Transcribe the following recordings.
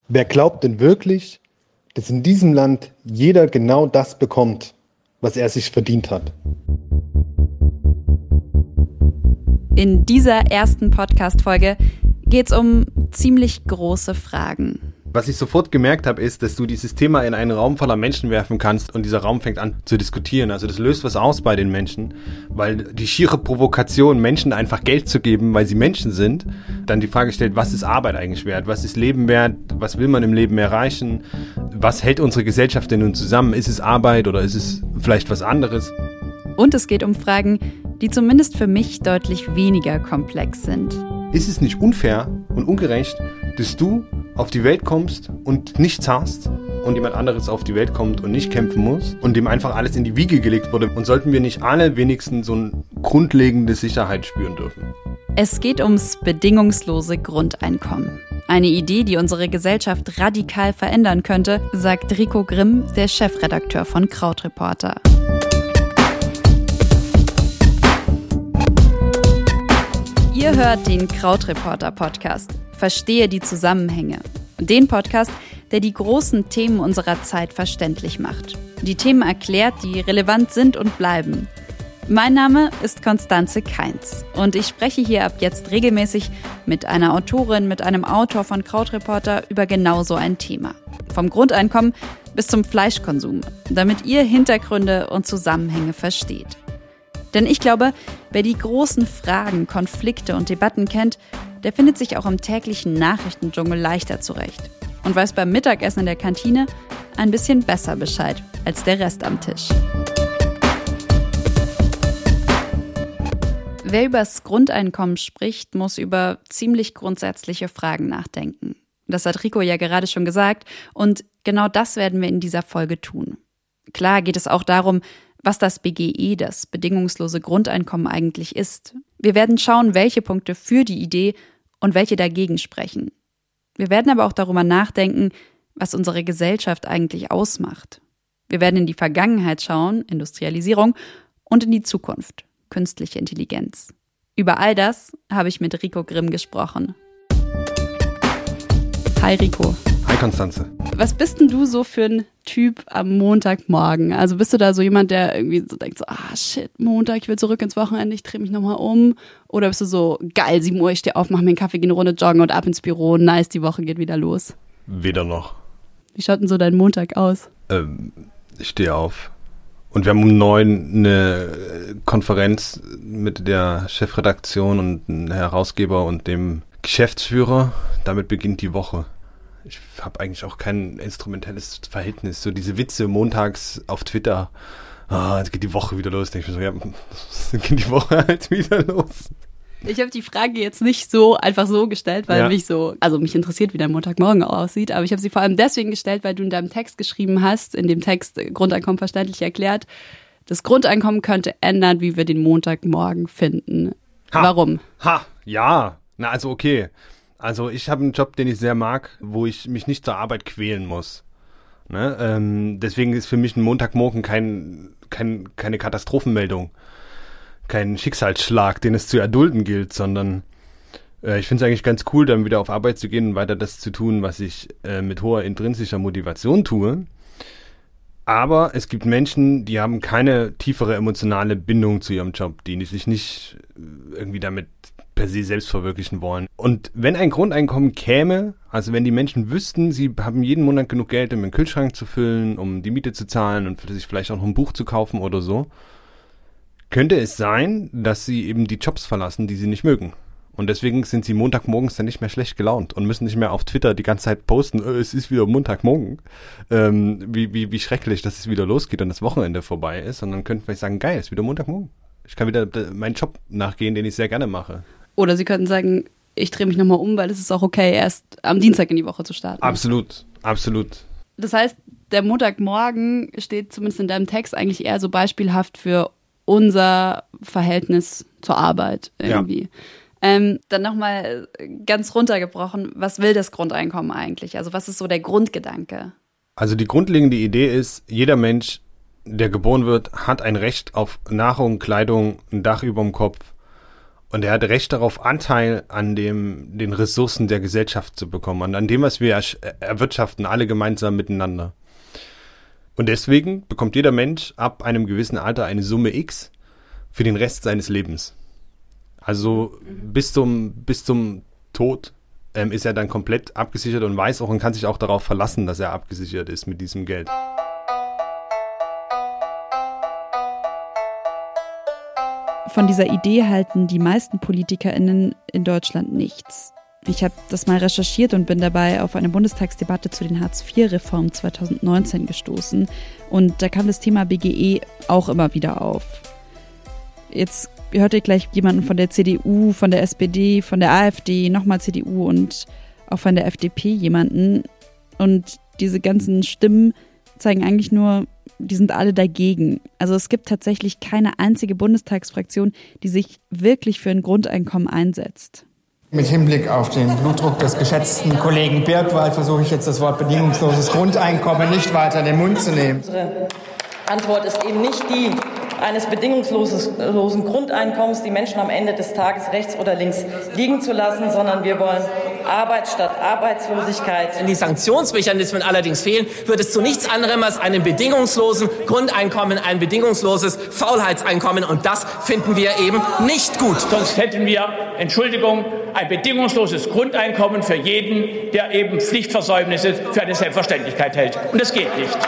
Wer glaubt denn wirklich, dass in diesem Land jeder genau das bekommt, was er sich verdient hat? In dieser ersten Podcast-Folge geht es um ziemlich große Fragen. Was ich sofort gemerkt habe, ist, dass du dieses Thema in einen Raum voller Menschen werfen kannst und dieser Raum fängt an zu diskutieren. Also das löst was aus bei den Menschen, weil die schiere Provokation, Menschen einfach Geld zu geben, weil sie Menschen sind, dann die Frage stellt, was ist Arbeit eigentlich wert? Was ist Leben wert? Was will man im Leben erreichen? Was hält unsere Gesellschaft denn nun zusammen? Ist es Arbeit oder ist es vielleicht was anderes? Und es geht um Fragen, die zumindest für mich deutlich weniger komplex sind. Ist es nicht unfair und ungerecht, dass du auf die Welt kommst und nichts hast und jemand anderes auf die Welt kommt und nicht kämpfen muss und dem einfach alles in die Wiege gelegt wurde? Und sollten wir nicht alle wenigstens so eine grundlegende Sicherheit spüren dürfen? Es geht ums bedingungslose Grundeinkommen. Eine Idee, die unsere Gesellschaft radikal verändern könnte, sagt Rico Grimm, der Chefredakteur von Krautreporter. Ihr hört den Krautreporter-Podcast. Verstehe die Zusammenhänge. Den Podcast, der die großen Themen unserer Zeit verständlich macht. Die Themen erklärt, die relevant sind und bleiben. Mein Name ist Constanze Kainz und ich spreche hier ab jetzt regelmäßig mit einer Autorin, mit einem Autor von Krautreporter über genau so ein Thema. Vom Grundeinkommen bis zum Fleischkonsum, damit ihr Hintergründe und Zusammenhänge versteht. Denn ich glaube, wer die großen Fragen, Konflikte und Debatten kennt, der findet sich auch im täglichen Nachrichtendschungel leichter zurecht und weiß beim Mittagessen in der Kantine ein bisschen besser Bescheid als der Rest am Tisch. Wer übers Grundeinkommen spricht, muss über ziemlich grundsätzliche Fragen nachdenken. Das hat Rico ja gerade schon gesagt und genau das werden wir in dieser Folge tun. Klar geht es auch darum, was das BGE, das bedingungslose Grundeinkommen, eigentlich ist. Wir werden schauen, welche Punkte für die Idee und welche dagegen sprechen. Wir werden aber auch darüber nachdenken, was unsere Gesellschaft eigentlich ausmacht. Wir werden in die Vergangenheit schauen, Industrialisierung, und in die Zukunft, künstliche Intelligenz. Über all das habe ich mit Rico Grimm gesprochen. Hi Rico. Hi Constanze. Was bist denn du so für ein Typ am Montagmorgen? Also bist du da so jemand, der irgendwie so denkt, shit, Montag, ich will zurück ins Wochenende, ich drehe mich nochmal um? Oder bist du so, geil, 7 Uhr, ich stehe auf, mach mir einen Kaffee, gehe eine Runde joggen und ab ins Büro, nice, die Woche geht wieder los? Weder noch. Wie schaut denn so dein Montag aus? Ich stehe auf. Und wir haben um 9 eine Konferenz mit der Chefredaktion und dem Herausgeber und dem Geschäftsführer. Damit beginnt die Woche. Ich habe eigentlich auch kein instrumentelles Verhältnis. So diese Witze montags auf Twitter. Jetzt geht die Woche wieder los. Denke ich mir so, ja, geht die Woche halt wieder los. Ich habe die Frage jetzt nicht so einfach so gestellt, weil mich interessiert, wie dein Montagmorgen aussieht. Aber ich habe sie vor allem deswegen gestellt, weil du in deinem Text geschrieben hast, in dem Text Grundeinkommen verständlich erklärt, das Grundeinkommen könnte ändern, wie wir den Montagmorgen finden. Warum? Also okay. Also ich habe einen Job, den ich sehr mag, wo ich mich nicht zur Arbeit quälen muss. Ne? Deswegen ist für mich ein Montagmorgen keine Katastrophenmeldung, kein Schicksalsschlag, den es zu erdulden gilt, sondern ich finde es eigentlich ganz cool, dann wieder auf Arbeit zu gehen und weiter das zu tun, was ich mit hoher intrinsischer Motivation tue. Aber es gibt Menschen, die haben keine tiefere emotionale Bindung zu ihrem Job, die sich nicht irgendwie damit per se selbst verwirklichen wollen. Und wenn ein Grundeinkommen käme, also wenn die Menschen wüssten, sie haben jeden Monat genug Geld, um den Kühlschrank zu füllen, um die Miete zu zahlen und sich vielleicht auch noch ein Buch zu kaufen oder so, könnte es sein, dass sie eben die Jobs verlassen, die sie nicht mögen. Und deswegen sind sie montagmorgens dann nicht mehr schlecht gelaunt und müssen nicht mehr auf Twitter die ganze Zeit posten, es ist wieder Montagmorgen, wie schrecklich, dass es wieder losgeht und das Wochenende vorbei ist, sondern könnten vielleicht sagen, geil, es ist wieder Montagmorgen. Ich kann wieder meinen Job nachgehen, den ich sehr gerne mache. Oder sie könnten sagen, ich drehe mich nochmal um, weil es ist auch okay, erst am Dienstag in die Woche zu starten. Absolut. Das heißt, der Montagmorgen steht zumindest in deinem Text eigentlich eher so beispielhaft für unser Verhältnis zur Arbeit irgendwie. Ja. Dann nochmal ganz runtergebrochen, was will das Grundeinkommen eigentlich? Also was ist so der Grundgedanke? Also die grundlegende Idee ist, jeder Mensch, der geboren wird, hat ein Recht auf Nahrung, Kleidung, ein Dach über dem Kopf Und er hat Recht darauf, Anteil an den Ressourcen der Gesellschaft zu bekommen, an dem, was wir erwirtschaften, alle gemeinsam miteinander. Und deswegen bekommt jeder Mensch ab einem gewissen Alter eine Summe X für den Rest seines Lebens. Also bis zum Tod ist er dann komplett abgesichert und weiß auch und kann sich auch darauf verlassen, dass er abgesichert ist mit diesem Geld. Von dieser Idee halten die meisten PolitikerInnen in Deutschland nichts. Ich habe das mal recherchiert und bin dabei auf eine Bundestagsdebatte zu den Hartz-IV-Reformen 2019 gestoßen. Und da kam das Thema BGE auch immer wieder auf. Jetzt hört ihr gleich jemanden von der CDU, von der SPD, von der AfD, nochmal CDU und auch von der FDP jemanden. Und diese ganzen Stimmen zeigen eigentlich nur, die sind alle dagegen. Also es gibt tatsächlich keine einzige Bundestagsfraktion, die sich wirklich für ein Grundeinkommen einsetzt. Mit Hinblick auf den Blutdruck des geschätzten Kollegen Birkwald versuche ich jetzt das Wort bedingungsloses Grundeinkommen nicht weiter in den Mund zu nehmen. Unsere Antwort ist eben nicht die eines bedingungslosen Grundeinkommens, die Menschen am Ende des Tages rechts oder links liegen zu lassen, sondern wir wollen Arbeit statt Arbeitslosigkeit. Wenn die Sanktionsmechanismen allerdings fehlen, wird es zu nichts anderem als einem bedingungslosen Grundeinkommen, ein bedingungsloses Faulheitseinkommen. Und das finden wir eben nicht gut. Sonst hätten wir, Entschuldigung, ein bedingungsloses Grundeinkommen für jeden, der eben Pflichtversäumnisse für eine Selbstverständlichkeit hält. Und das geht nicht.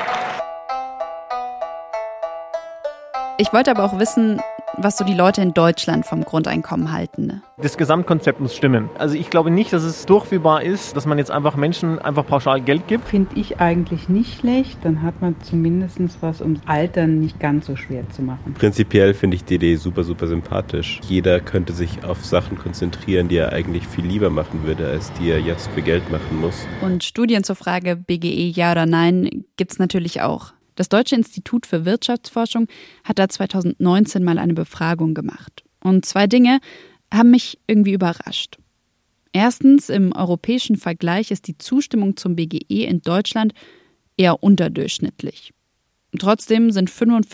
Ich wollte aber auch wissen, was so die Leute in Deutschland vom Grundeinkommen halten. Das Gesamtkonzept muss stimmen. Also ich glaube nicht, dass es durchführbar ist, dass man jetzt einfach Menschen einfach pauschal Geld gibt. Finde ich eigentlich nicht schlecht. Dann hat man zumindest was, um Altern nicht ganz so schwer zu machen. Prinzipiell finde ich die Idee super, super sympathisch. Jeder könnte sich auf Sachen konzentrieren, die er eigentlich viel lieber machen würde, als die er jetzt für Geld machen muss. Und Studien zur Frage BGE ja oder nein gibt's natürlich auch. Das Deutsche Institut für Wirtschaftsforschung hat da 2019 mal eine Befragung gemacht. Und 2 Dinge haben mich irgendwie überrascht. Erstens, im europäischen Vergleich ist die Zustimmung zum BGE in Deutschland eher unterdurchschnittlich. Trotzdem sind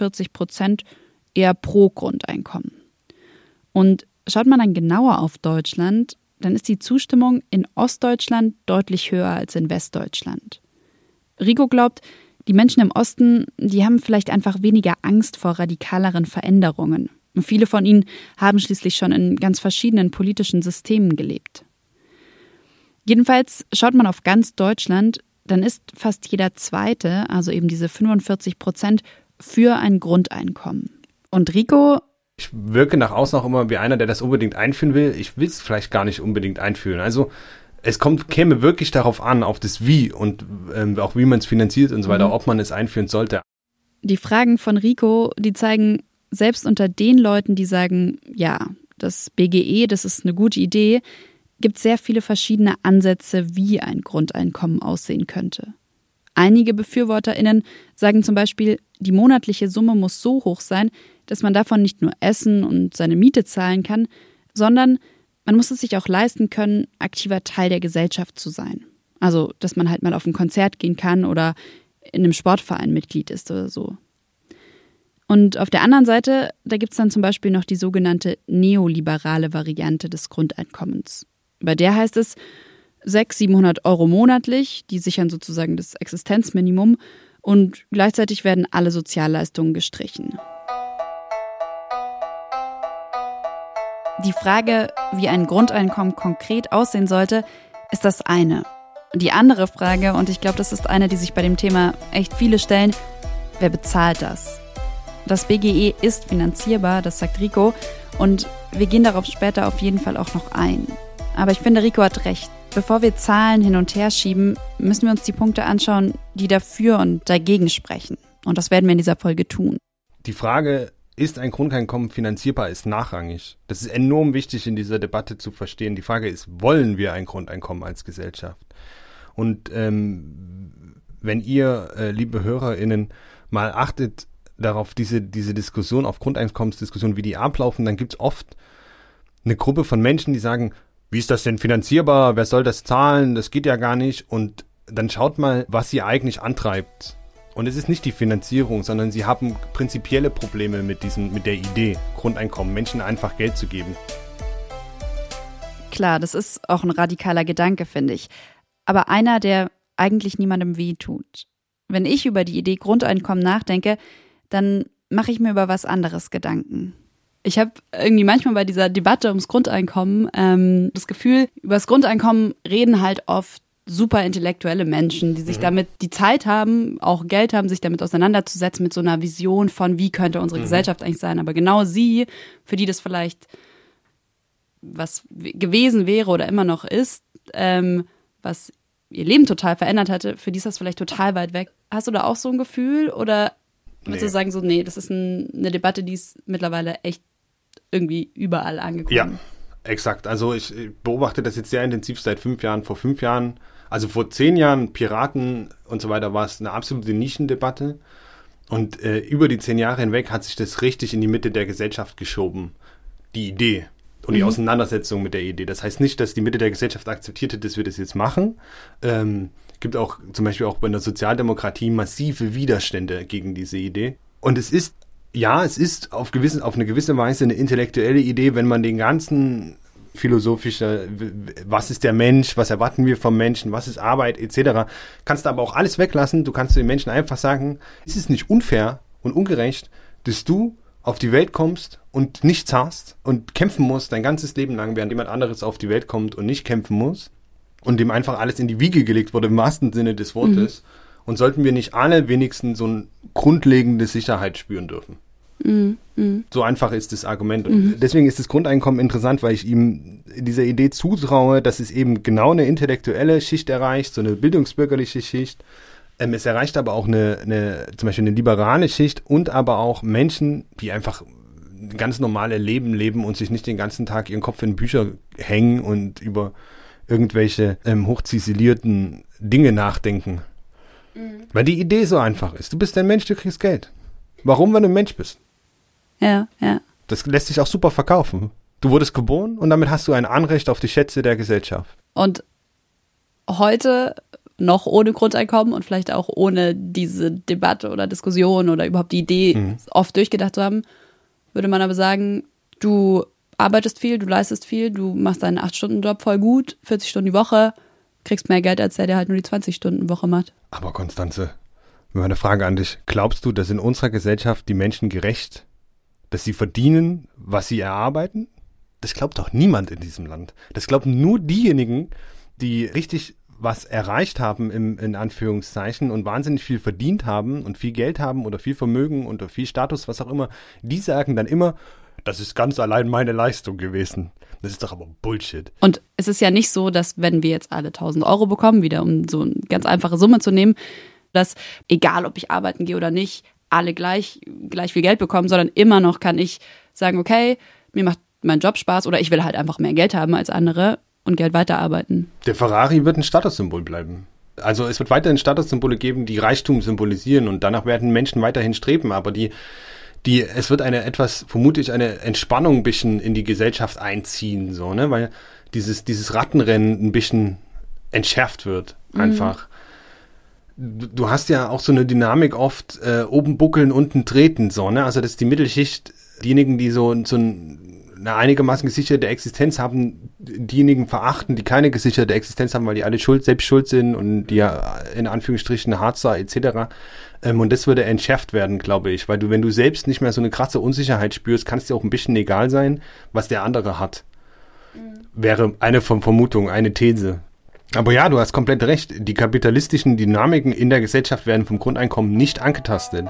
45% eher pro Grundeinkommen. Und schaut man dann genauer auf Deutschland, dann ist die Zustimmung in Ostdeutschland deutlich höher als in Westdeutschland. Rico glaubt, die Menschen im Osten, die haben vielleicht einfach weniger Angst vor radikaleren Veränderungen. Und viele von ihnen haben schließlich schon in ganz verschiedenen politischen Systemen gelebt. Jedenfalls schaut man auf ganz Deutschland, dann ist fast jeder Zweite, also eben diese 45%, für ein Grundeinkommen. Und Rico... Ich wirke nach außen auch immer wie einer, der das unbedingt einführen will. Ich will es vielleicht gar nicht unbedingt einführen. Also es käme wirklich darauf an, auf das Wie und auch wie man es finanziert und so weiter, ob man es einführen sollte. Die Fragen von Rico, die zeigen, selbst unter den Leuten, die sagen, ja, das BGE, das ist eine gute Idee, gibt es sehr viele verschiedene Ansätze, wie ein Grundeinkommen aussehen könnte. Einige BefürworterInnen sagen zum Beispiel, die monatliche Summe muss so hoch sein, dass man davon nicht nur essen und seine Miete zahlen kann, sondern man muss es sich auch leisten können, aktiver Teil der Gesellschaft zu sein. Also, dass man halt mal auf ein Konzert gehen kann oder in einem Sportverein Mitglied ist oder so. Und auf der anderen Seite, da gibt es dann zum Beispiel noch die sogenannte neoliberale Variante des Grundeinkommens. Bei der heißt es 600-700 € monatlich, die sichern sozusagen das Existenzminimum und gleichzeitig werden alle Sozialleistungen gestrichen. Die Frage, wie ein Grundeinkommen konkret aussehen sollte, ist das eine. Die andere Frage, und ich glaube, das ist eine, die sich bei dem Thema echt viele stellen, wer bezahlt das? Das BGE ist finanzierbar, das sagt Rico, und wir gehen darauf später auf jeden Fall auch noch ein. Aber ich finde, Rico hat recht. Bevor wir Zahlen hin und her schieben, müssen wir uns die Punkte anschauen, die dafür und dagegen sprechen. Und das werden wir in dieser Folge tun. Die Frage, ist ein Grundeinkommen finanzierbar, ist nachrangig. Das ist enorm wichtig in dieser Debatte zu verstehen. Die Frage ist, wollen wir ein Grundeinkommen als Gesellschaft? Und wenn ihr, liebe HörerInnen, mal achtet darauf, diese Diskussion, auf Grundeinkommensdiskussionen, wie die ablaufen, dann gibt es oft eine Gruppe von Menschen, die sagen, wie ist das denn finanzierbar? Wer soll das zahlen? Das geht ja gar nicht. Und dann schaut mal, was sie eigentlich antreibt. Und es ist nicht die Finanzierung, sondern sie haben prinzipielle Probleme mit der Idee, Grundeinkommen, Menschen einfach Geld zu geben. Klar, das ist auch ein radikaler Gedanke, finde ich. Aber einer, der eigentlich niemandem wehtut. Wenn ich über die Idee Grundeinkommen nachdenke, dann mache ich mir über was anderes Gedanken. Ich habe irgendwie manchmal bei dieser Debatte ums Grundeinkommen das Gefühl, über das Grundeinkommen reden halt oft super intellektuelle Menschen, die sich damit die Zeit haben, auch Geld haben, sich damit auseinanderzusetzen mit so einer Vision von, wie könnte unsere Gesellschaft eigentlich sein. Aber genau sie, für die das vielleicht was gewesen wäre oder immer noch ist, was ihr Leben total verändert hatte, für die ist das vielleicht total weit weg. Hast du da auch so ein Gefühl oder würdest du sagen so, nee, das ist eine Debatte, die ist mittlerweile echt irgendwie überall angekommen? Ja, exakt. Also ich beobachte das jetzt sehr intensiv seit 5 Jahren. Vor 5 Jahren, also vor 10 Jahren, Piraten und so weiter, war es eine absolute Nischendebatte. Und über die 10 Jahre hinweg hat sich das richtig in die Mitte der Gesellschaft geschoben. Die Idee und die Auseinandersetzung mit der Idee. Das heißt nicht, dass die Mitte der Gesellschaft akzeptiert hat, dass wir das jetzt machen. Gibt auch zum Beispiel auch bei der Sozialdemokratie massive Widerstände gegen diese Idee. Und es ist auf eine gewisse Weise eine intellektuelle Idee, wenn man den ganzen philosophischen, was ist der Mensch, was erwarten wir vom Menschen, was ist Arbeit etc., kannst du aber auch alles weglassen. Du kannst den Menschen einfach sagen, es ist nicht unfair und ungerecht, dass du auf die Welt kommst und nichts hast und kämpfen musst dein ganzes Leben lang, während jemand anderes auf die Welt kommt und nicht kämpfen muss und dem einfach alles in die Wiege gelegt wurde, im wahrsten Sinne des Wortes. Und sollten wir nicht alle wenigstens so eine grundlegende Sicherheit spüren dürfen? So einfach ist das Argument. Und deswegen ist das Grundeinkommen interessant, weil ich ihm dieser Idee zutraue, dass es eben genau eine intellektuelle Schicht erreicht, so eine bildungsbürgerliche Schicht. Es erreicht aber auch zum Beispiel eine liberale Schicht und aber auch Menschen, die einfach ein ganz normales Leben leben und sich nicht den ganzen Tag ihren Kopf in Bücher hängen und über irgendwelche hochziselierten Dinge nachdenken. Weil die Idee so einfach ist. Du bist ein Mensch, du kriegst Geld. Warum, wenn du ein Mensch bist? Ja. Das lässt sich auch super verkaufen. Du wurdest geboren und damit hast du ein Anrecht auf die Schätze der Gesellschaft. Und heute noch ohne Grundeinkommen und vielleicht auch ohne diese Debatte oder Diskussion oder überhaupt die Idee oft durchgedacht zu haben, würde man aber sagen, du arbeitest viel, du leistest viel, du machst deinen 8-Stunden-Job voll gut, 40 Stunden die Woche, kriegst mehr Geld, als der halt nur die 20-Stunden-Woche macht. Aber Konstanze, meine Frage an dich, glaubst du, dass in unserer Gesellschaft die Menschen gerecht, dass sie verdienen, was sie erarbeiten? Das glaubt doch niemand in diesem Land. Das glauben nur diejenigen, die richtig was erreicht haben, in Anführungszeichen, und wahnsinnig viel verdient haben und viel Geld haben oder viel Vermögen oder viel Status, was auch immer. Die sagen dann immer, das ist ganz allein meine Leistung gewesen. Das ist doch aber Bullshit. Und es ist ja nicht so, dass wenn wir jetzt alle 1.000 Euro bekommen, wieder um so eine ganz einfache Summe zu nehmen, dass egal, ob ich arbeiten gehe oder nicht, alle gleich viel Geld bekommen, sondern immer noch kann ich sagen, okay, mir macht mein Job Spaß oder ich will halt einfach mehr Geld haben als andere und Geld weiterarbeiten. Der Ferrari wird ein Statussymbol bleiben. Also es wird weiterhin Statussymbole geben, die Reichtum symbolisieren und danach werden Menschen weiterhin streben, aber es wird vermutlich eine Entspannung ein bisschen in die Gesellschaft einziehen, so, ne, weil dieses Rattenrennen ein bisschen entschärft wird, einfach. Du hast ja auch so eine Dynamik oft, oben buckeln, unten treten, so, ne, also das ist die Mittelschicht, diejenigen, die so eine einigermaßen gesicherte Existenz haben, diejenigen verachten, die keine gesicherte Existenz haben, weil die alle selbst schuld sind und die ja in Anführungsstrichen Harzer etc. Und das würde entschärft werden, glaube ich, weil wenn du selbst nicht mehr so eine krasse Unsicherheit spürst, kann es dir auch ein bisschen egal sein, was der andere hat. Wäre eine Vermutung, eine These. Aber ja, du hast komplett recht. Die kapitalistischen Dynamiken in der Gesellschaft werden vom Grundeinkommen nicht angetastet.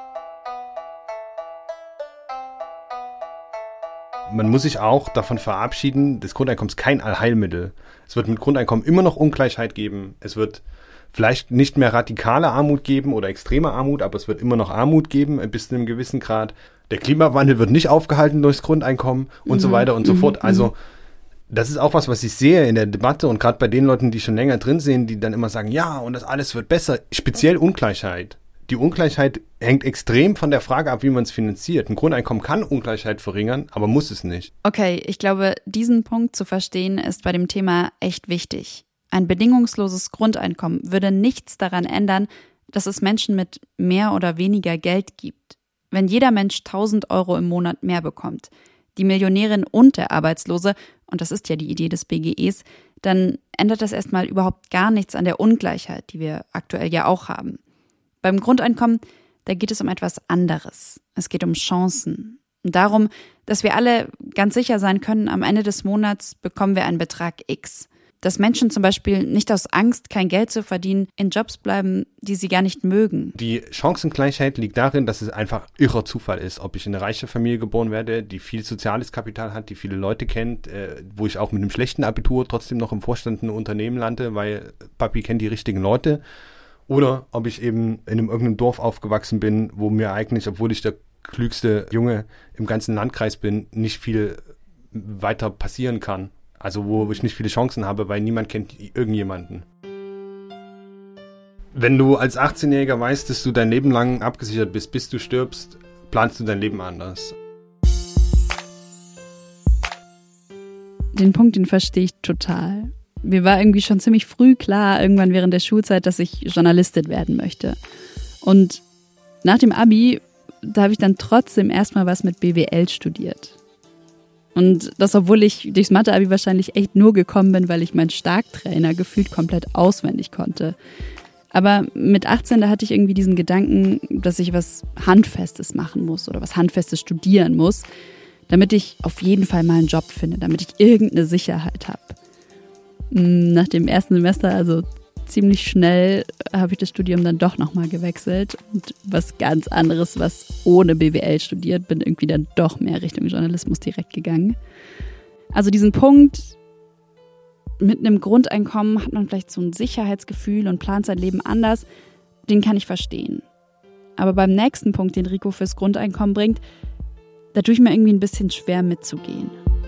Man muss sich auch davon verabschieden, das Grundeinkommen ist kein Allheilmittel. Es wird mit Grundeinkommen immer noch Ungleichheit geben. Es wird vielleicht nicht mehr radikale Armut geben oder extreme Armut, aber es wird immer noch Armut geben, bis zu einem gewissen Grad. Der Klimawandel wird nicht aufgehalten durchs Grundeinkommen und so weiter und so fort. Also das ist auch was ich sehe in der Debatte und gerade bei den Leuten, die schon länger drin sind, die dann immer sagen, ja, und das alles wird besser. Speziell Ungleichheit. Die Ungleichheit hängt extrem von der Frage ab, wie man es finanziert. Ein Grundeinkommen kann Ungleichheit verringern, aber muss es nicht. Okay, ich glaube, diesen Punkt zu verstehen, ist bei dem Thema echt wichtig. Ein bedingungsloses Grundeinkommen würde nichts daran ändern, dass es Menschen mit mehr oder weniger Geld gibt. Wenn jeder Mensch 1.000 Euro im Monat mehr bekommt, die Millionärin und der Arbeitslose und das ist ja die Idee des BGEs, dann ändert das erstmal überhaupt gar nichts an der Ungleichheit, die wir aktuell ja auch haben. Beim Grundeinkommen, da geht es um etwas anderes. Es geht um Chancen. Und darum, dass wir alle ganz sicher sein können, am Ende des Monats bekommen wir einen Betrag X. Dass Menschen zum Beispiel nicht aus Angst, kein Geld zu verdienen, in Jobs bleiben, die sie gar nicht mögen. Die Chancengleichheit liegt darin, dass es einfach irrer Zufall ist, ob ich in eine reiche Familie geboren werde, die viel soziales Kapital hat, die viele Leute kennt, wo ich auch mit einem schlechten Abitur trotzdem noch im Vorstand einer Unternehmen lande, weil Papi kennt die richtigen Leute. Oder ob ich eben in irgendeinem Dorf aufgewachsen bin, wo mir eigentlich, obwohl ich der klügste Junge im ganzen Landkreis bin, nicht viel weiter passieren kann. Also wo ich nicht viele Chancen habe, weil niemand kennt irgendjemanden. Wenn du als 18-Jähriger weißt, dass du dein Leben lang abgesichert bist, bis du stirbst, planst du dein Leben anders. Den Punkt, den verstehe ich total. Mir war irgendwie schon ziemlich früh klar, irgendwann während der Schulzeit, dass ich Journalistin werden möchte. Und nach dem Abi, da habe ich dann trotzdem erstmal was mit BWL studiert. Und das, obwohl ich durchs Mathe-Abi wahrscheinlich echt nur gekommen bin, weil ich meinen Starktrainer gefühlt komplett auswendig konnte. Aber mit 18, da hatte ich irgendwie diesen Gedanken, dass ich was Handfestes machen muss oder was Handfestes studieren muss, damit ich auf jeden Fall mal einen Job finde, damit ich irgendeine Sicherheit habe. Nach dem ersten Semester, also ziemlich schnell, habe ich das Studium dann doch nochmal gewechselt und was ganz anderes, was ohne BWL studiert, bin irgendwie dann doch mehr Richtung Journalismus direkt gegangen. Also diesen Punkt, mit einem Grundeinkommen hat man vielleicht so ein Sicherheitsgefühl und plant sein Leben anders, den kann ich verstehen. Aber beim nächsten Punkt, den Rico fürs Grundeinkommen bringt, da tue ich mir irgendwie ein bisschen schwer mitzugehen.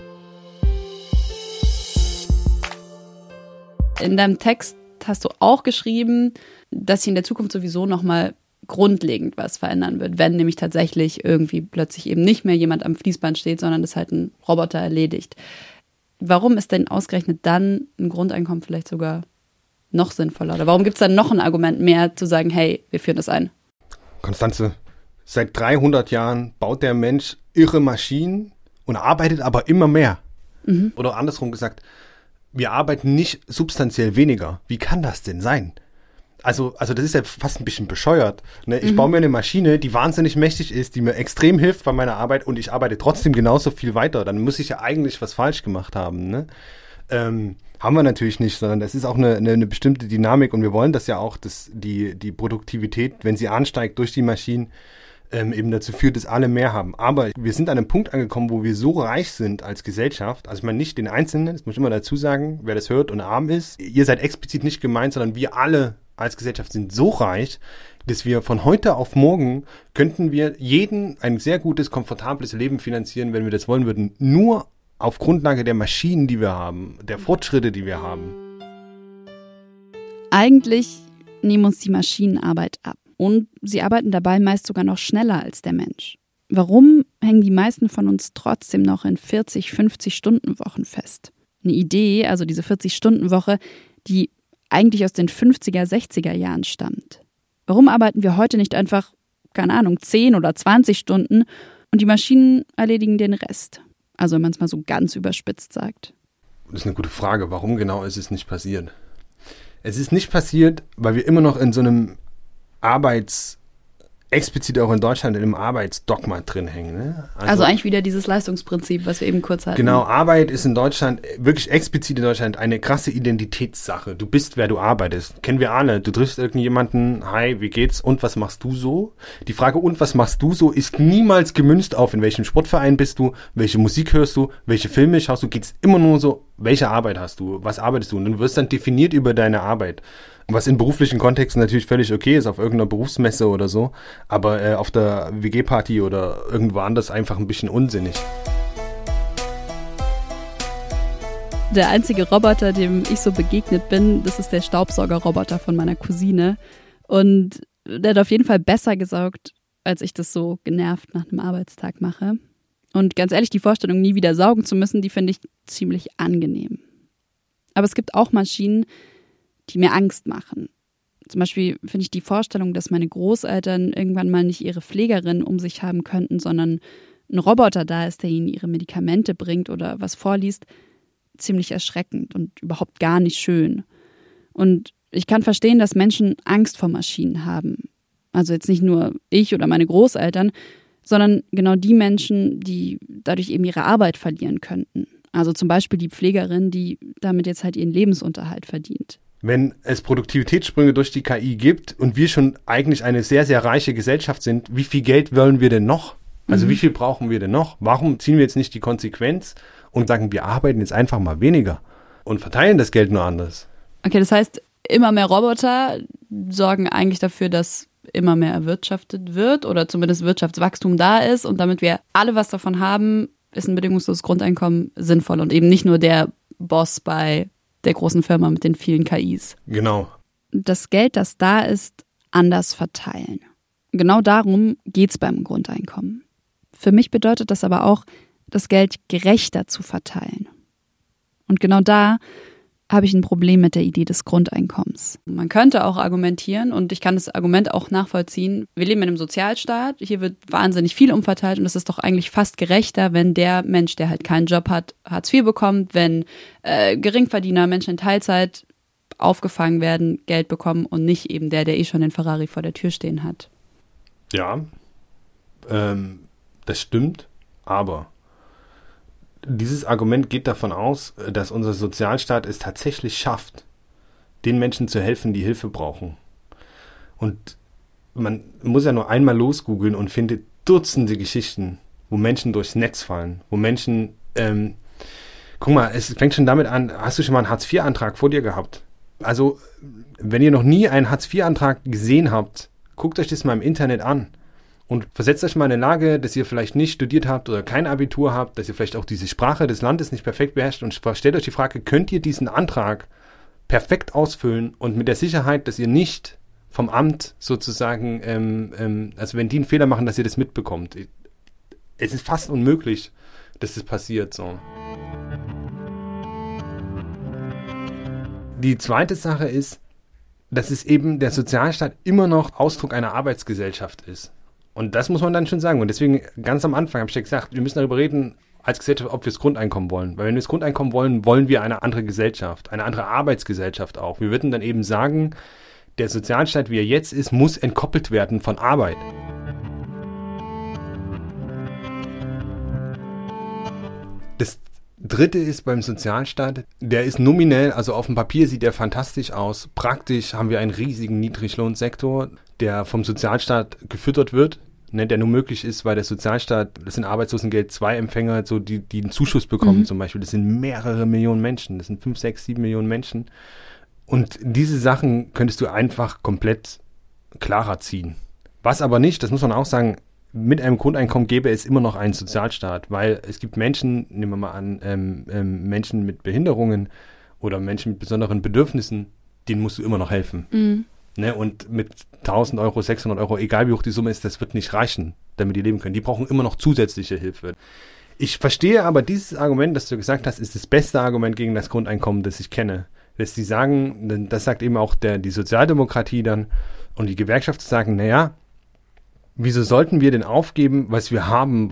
In deinem Text hast du auch geschrieben, dass sich in der Zukunft sowieso nochmal grundlegend was verändern wird, wenn nämlich tatsächlich irgendwie plötzlich eben nicht mehr jemand am Fließband steht, sondern das halt ein Roboter erledigt. Warum ist denn ausgerechnet dann ein Grundeinkommen vielleicht sogar noch sinnvoller? Oder warum gibt es dann noch ein Argument mehr zu sagen, hey, wir führen das ein? Konstanze, seit 300 Jahren baut der Mensch irre Maschinen und arbeitet aber immer mehr. Oder andersrum gesagt, wir arbeiten nicht substanziell weniger. Wie kann das denn sein? Also das ist ja fast ein bisschen bescheuert. Ne? Ich baue mir eine Maschine, die wahnsinnig mächtig ist, die mir extrem hilft bei meiner Arbeit und ich arbeite trotzdem genauso viel weiter. Dann muss ich ja eigentlich was falsch gemacht haben. Ne? Haben wir natürlich nicht, sondern das ist auch eine bestimmte Dynamik und wir wollen das ja auch, dass die Produktivität, wenn sie ansteigt durch die Maschinen, eben dazu führt, dass alle mehr haben. Aber wir sind an einem Punkt angekommen, wo wir so reich sind als Gesellschaft, also ich meine nicht den Einzelnen, das muss ich immer dazu sagen, wer das hört und arm ist, ihr seid explizit nicht gemeint, sondern wir alle als Gesellschaft sind so reich, dass wir von heute auf morgen könnten wir jeden ein sehr gutes, komfortables Leben finanzieren, wenn wir das wollen würden, nur auf Grundlage der Maschinen, die wir haben, der Fortschritte, die wir haben. Eigentlich nehmen uns die Maschinen Arbeit ab. Und sie arbeiten dabei meist sogar noch schneller als der Mensch. Warum hängen die meisten von uns trotzdem noch in 40, 50-Stunden-Wochen fest? Eine Idee, also diese 40-Stunden-Woche, die eigentlich aus den 50er, 60er Jahren stammt. Warum arbeiten wir heute nicht einfach, keine Ahnung, 10 oder 20 Stunden und die Maschinen erledigen den Rest? Also wenn man es mal so ganz überspitzt sagt. Das ist eine gute Frage. Warum genau ist es nicht passiert? Es ist nicht passiert, weil wir immer noch in so einem explizit auch in Deutschland in einem Arbeitsdogma drin hängen. Ne? Also eigentlich wieder dieses Leistungsprinzip, was wir eben kurz hatten. Genau, Arbeit ist in Deutschland, wirklich explizit in Deutschland, eine krasse Identitätssache. Du bist, wer du arbeitest. Kennen wir alle. Du triffst irgendjemanden, hi, wie geht's und was machst du so? Die Frage, und was machst du so, ist niemals gemünzt auf, in welchem Sportverein bist du, welche Musik hörst du, welche Filme schaust du, geht's immer nur so, welche Arbeit hast du, was arbeitest du? Und du wirst dann definiert über deine Arbeit. Was in beruflichen Kontexten natürlich völlig okay ist, auf irgendeiner Berufsmesse oder so, aber auf der WG-Party oder irgendwo anders einfach ein bisschen unsinnig. Der einzige Roboter, dem ich so begegnet bin, das ist der Staubsaugerroboter von meiner Cousine. Und der hat auf jeden Fall besser gesaugt, als ich das so genervt nach einem Arbeitstag mache. Und ganz ehrlich, die Vorstellung, nie wieder saugen zu müssen, die finde ich ziemlich angenehm. Aber es gibt auch Maschinen, die mir Angst machen. Zum Beispiel finde ich die Vorstellung, dass meine Großeltern irgendwann mal nicht ihre Pflegerin um sich haben könnten, sondern ein Roboter da ist, der ihnen ihre Medikamente bringt oder was vorliest, ziemlich erschreckend und überhaupt gar nicht schön. Und ich kann verstehen, dass Menschen Angst vor Maschinen haben. Also jetzt nicht nur ich oder meine Großeltern, sondern genau die Menschen, die dadurch eben ihre Arbeit verlieren könnten. Also zum Beispiel die Pflegerin, die damit jetzt halt ihren Lebensunterhalt verdient. Wenn es Produktivitätssprünge durch die KI gibt und wir schon eigentlich eine sehr, sehr reiche Gesellschaft sind, wie viel Geld wollen wir denn noch? Also wie viel brauchen wir denn noch? Warum ziehen wir jetzt nicht die Konsequenz und sagen, wir arbeiten jetzt einfach mal weniger und verteilen das Geld nur anders? Okay, das heißt, immer mehr Roboter sorgen eigentlich dafür, dass immer mehr erwirtschaftet wird oder zumindest Wirtschaftswachstum da ist. Und damit wir alle was davon haben, ist ein bedingungsloses Grundeinkommen sinnvoll und eben nicht nur der Boss bei der großen Firma mit den vielen KIs. Genau. Das Geld, das da ist, anders verteilen. Genau darum geht es beim Grundeinkommen. Für mich bedeutet das aber auch, das Geld gerechter zu verteilen. Und genau da habe ich ein Problem mit der Idee des Grundeinkommens. Man könnte auch argumentieren, und ich kann das Argument auch nachvollziehen, wir leben in einem Sozialstaat, hier wird wahnsinnig viel umverteilt und es ist doch eigentlich fast gerechter, wenn der Mensch, der halt keinen Job hat, Hartz IV bekommt, wenn Geringverdiener, Menschen in Teilzeit aufgefangen werden, Geld bekommen und nicht eben der schon den Ferrari vor der Tür stehen hat. Ja, das stimmt, aber dieses Argument geht davon aus, dass unser Sozialstaat es tatsächlich schafft, den Menschen zu helfen, die Hilfe brauchen. Und man muss ja nur einmal losgoogeln und findet Dutzende Geschichten, wo Menschen durchs Netz fallen, wo Menschen, guck mal, es fängt schon damit an, hast du schon mal einen Hartz-IV-Antrag vor dir gehabt? Also, wenn ihr noch nie einen Hartz-IV-Antrag gesehen habt, guckt euch das mal im Internet an. Und versetzt euch mal in eine Lage, dass ihr vielleicht nicht studiert habt oder kein Abitur habt, dass ihr vielleicht auch diese Sprache des Landes nicht perfekt beherrscht und stellt euch die Frage, könnt ihr diesen Antrag perfekt ausfüllen und mit der Sicherheit, dass ihr nicht vom Amt sozusagen, also wenn die einen Fehler machen, dass ihr das mitbekommt. Es ist fast unmöglich, dass das passiert so. Die zweite Sache ist, dass es eben der Sozialstaat immer noch Ausdruck einer Arbeitsgesellschaft ist. Und das muss man dann schon sagen. Und deswegen, ganz am Anfang habe ich ja gesagt, wir müssen darüber reden, als Gesellschaft, ob wir das Grundeinkommen wollen. Weil wenn wir das Grundeinkommen wollen, wollen wir eine andere Gesellschaft, eine andere Arbeitsgesellschaft auch. Wir würden dann eben sagen, der Sozialstaat, wie er jetzt ist, muss entkoppelt werden von Arbeit. Das Dritte ist beim Sozialstaat, der ist nominell, also auf dem Papier sieht der fantastisch aus. Praktisch haben wir einen riesigen Niedriglohnsektor, der vom Sozialstaat gefüttert wird, ne, der nur möglich ist, weil der Sozialstaat, das sind Arbeitslosengeld-II-Empfänger, so die einen Zuschuss bekommen zum Beispiel. Das sind mehrere Millionen Menschen, das sind 5, 6, 7 Millionen Menschen. Und diese Sachen könntest du einfach komplett klarer ziehen. Was aber nicht, das muss man auch sagen, mit einem Grundeinkommen gäbe es immer noch einen Sozialstaat, weil es gibt Menschen, nehmen wir mal an, Menschen mit Behinderungen oder Menschen mit besonderen Bedürfnissen, denen musst du immer noch helfen. Mhm. Ne? Und mit 1.000 Euro, 600 Euro, egal wie hoch die Summe ist, das wird nicht reichen, damit die leben können. Die brauchen immer noch zusätzliche Hilfe. Ich verstehe aber dieses Argument, das du gesagt hast, ist das beste Argument gegen das Grundeinkommen, das ich kenne. Dass die sagen, das sagt eben auch die Sozialdemokratie dann und die Gewerkschaft sagen, naja, wieso sollten wir denn aufgeben, was wir haben,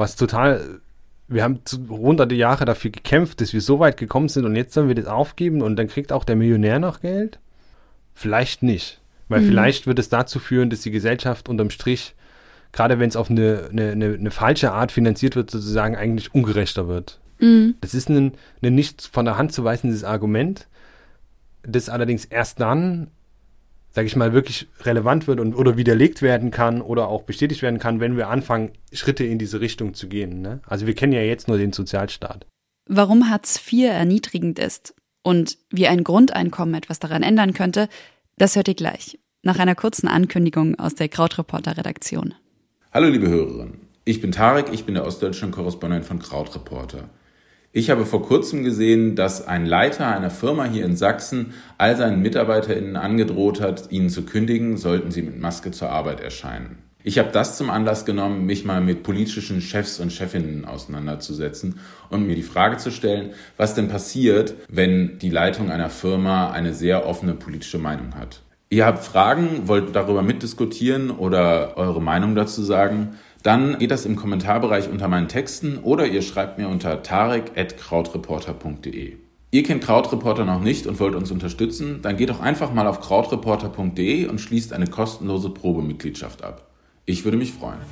wir haben hunderte Jahre dafür gekämpft, dass wir so weit gekommen sind und jetzt sollen wir das aufgeben und dann kriegt auch der Millionär noch Geld? Vielleicht nicht, weil vielleicht wird es dazu führen, dass die Gesellschaft unterm Strich, gerade wenn es auf eine falsche Art finanziert wird, sozusagen eigentlich ungerechter wird. Mhm. Das ist ein nicht von der Hand zu weisendes Argument, das allerdings erst dann, sage ich mal, wirklich relevant wird oder widerlegt werden kann oder auch bestätigt werden kann, wenn wir anfangen, Schritte in diese Richtung zu gehen. Ne? Also wir kennen ja jetzt nur den Sozialstaat. Warum Hartz IV erniedrigend ist und wie ein Grundeinkommen etwas daran ändern könnte, das hört ihr gleich, nach einer kurzen Ankündigung aus der Krautreporter-Redaktion. Hallo liebe Hörerinnen, ich bin Tarek, ich bin der Ostdeutschland-Korrespondent von Krautreporter. Ich habe vor kurzem gesehen, dass ein Leiter einer Firma hier in Sachsen all seinen MitarbeiterInnen angedroht hat, ihnen zu kündigen, sollten sie mit Maske zur Arbeit erscheinen. Ich habe das zum Anlass genommen, mich mal mit politischen Chefs und Chefinnen auseinanderzusetzen und mir die Frage zu stellen, was denn passiert, wenn die Leitung einer Firma eine sehr offene politische Meinung hat. Ihr habt Fragen, wollt darüber mitdiskutieren oder eure Meinung dazu sagen? Dann geht das im Kommentarbereich unter meinen Texten oder ihr schreibt mir unter tarek@krautreporter.de. Ihr kennt Krautreporter noch nicht und wollt uns unterstützen? Dann geht doch einfach mal auf krautreporter.de und schließt eine kostenlose Probemitgliedschaft ab. Ich würde mich freuen.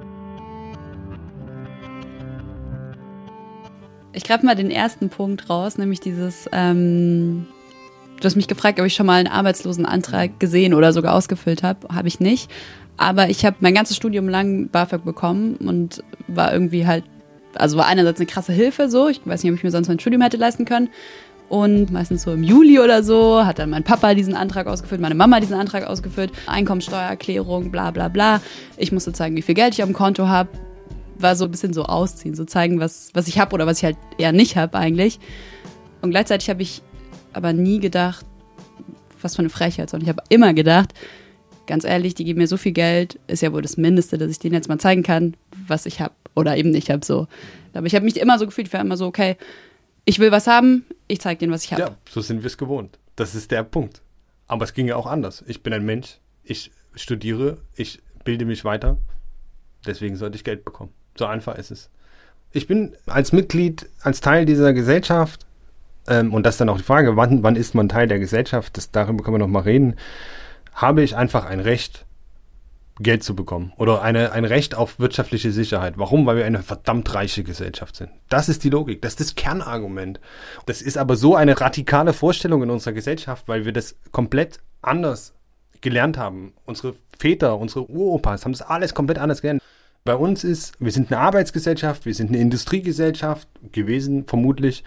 Ich greife mal den ersten Punkt raus, nämlich dieses, du hast mich gefragt, ob ich schon mal einen Arbeitslosenantrag gesehen oder sogar ausgefüllt habe. Habe ich nicht. Aber ich habe mein ganzes Studium lang BAföG bekommen und war irgendwie halt, also war einerseits eine krasse Hilfe so. Ich weiß nicht, ob ich mir sonst mein Studium hätte leisten können. Und meistens so im Juli oder so hat dann mein Papa diesen Antrag ausgefüllt, meine Mama diesen Antrag ausgefüllt, Einkommensteuererklärung, bla bla bla. Ich musste zeigen, wie viel Geld ich auf dem Konto habe. War so ein bisschen so ausziehen, so zeigen, was ich habe oder was ich halt eher nicht habe eigentlich. Und gleichzeitig habe ich aber nie gedacht, was für eine Frechheit, sondern ich habe immer gedacht, ganz ehrlich, die geben mir so viel Geld, ist ja wohl das Mindeste, dass ich denen jetzt mal zeigen kann, was ich habe oder eben nicht habe. So. Aber ich habe mich immer so gefühlt, ich war immer so, okay, ich will was haben, ich zeige denen, was ich habe. Ja, so sind wir es gewohnt. Das ist der Punkt. Aber es ging ja auch anders. Ich bin ein Mensch, ich studiere, ich bilde mich weiter, deswegen sollte ich Geld bekommen. So einfach ist es. Ich bin als Mitglied, als Teil dieser Gesellschaft, und das ist dann auch die Frage, wann ist man Teil der Gesellschaft, darüber können wir noch mal reden, habe ich einfach ein Recht, Geld zu bekommen oder ein Recht auf wirtschaftliche Sicherheit. Warum? Weil wir eine verdammt reiche Gesellschaft sind. Das ist die Logik, das ist das Kernargument. Das ist aber so eine radikale Vorstellung in unserer Gesellschaft, weil wir das komplett anders gelernt haben. Unsere Väter, unsere Uropas haben das alles komplett anders gelernt. Bei uns wir sind eine Arbeitsgesellschaft, wir sind eine Industriegesellschaft gewesen, vermutlich.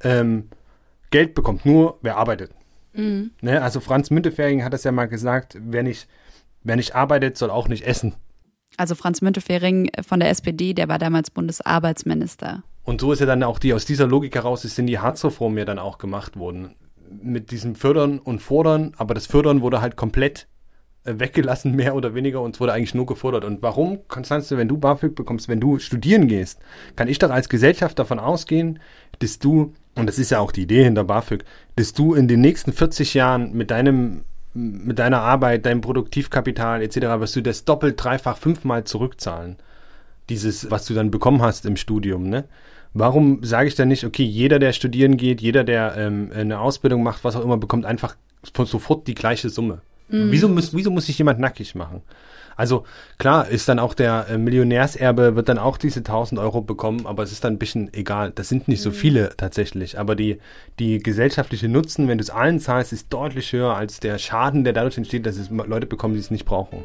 Geld bekommt nur, wer arbeitet. Mhm. Ne? Also Franz Müntefering hat das ja mal gesagt, wer nicht arbeitet, soll auch nicht essen. Also Franz Müntefering von der SPD, der war damals Bundesarbeitsminister. Und so ist ja dann auch aus dieser Logik heraus sind die Harzreformen ja dann auch gemacht worden. Mit diesem Fördern und Fordern, aber das Fördern wurde halt komplett weggelassen, mehr oder weniger, und es wurde eigentlich nur gefordert. Und warum, Konstanze, wenn du BAföG bekommst, wenn du studieren gehst, kann ich doch als Gesellschaft davon ausgehen, dass du, und das ist ja auch die Idee hinter BAföG, dass du in den nächsten 40 Jahren mit deiner Arbeit, deinem Produktivkapital etc. wirst du das doppelt, dreifach, fünfmal zurückzahlen. Dieses, was du dann bekommen hast im Studium, ne? Warum sage ich dann nicht, okay, jeder, der studieren geht, jeder, der eine Ausbildung macht, was auch immer, bekommt einfach sofort die gleiche Summe? Mhm. Wieso muss sich jemand nackig machen? Also klar ist dann auch der Millionärserbe wird dann auch diese 1.000 Euro bekommen, aber es ist dann ein bisschen egal. Das sind nicht so viele tatsächlich, aber die gesellschaftliche Nutzen, wenn du es allen zahlst, ist deutlich höher als der Schaden, der dadurch entsteht, dass es Leute bekommen, die es nicht brauchen.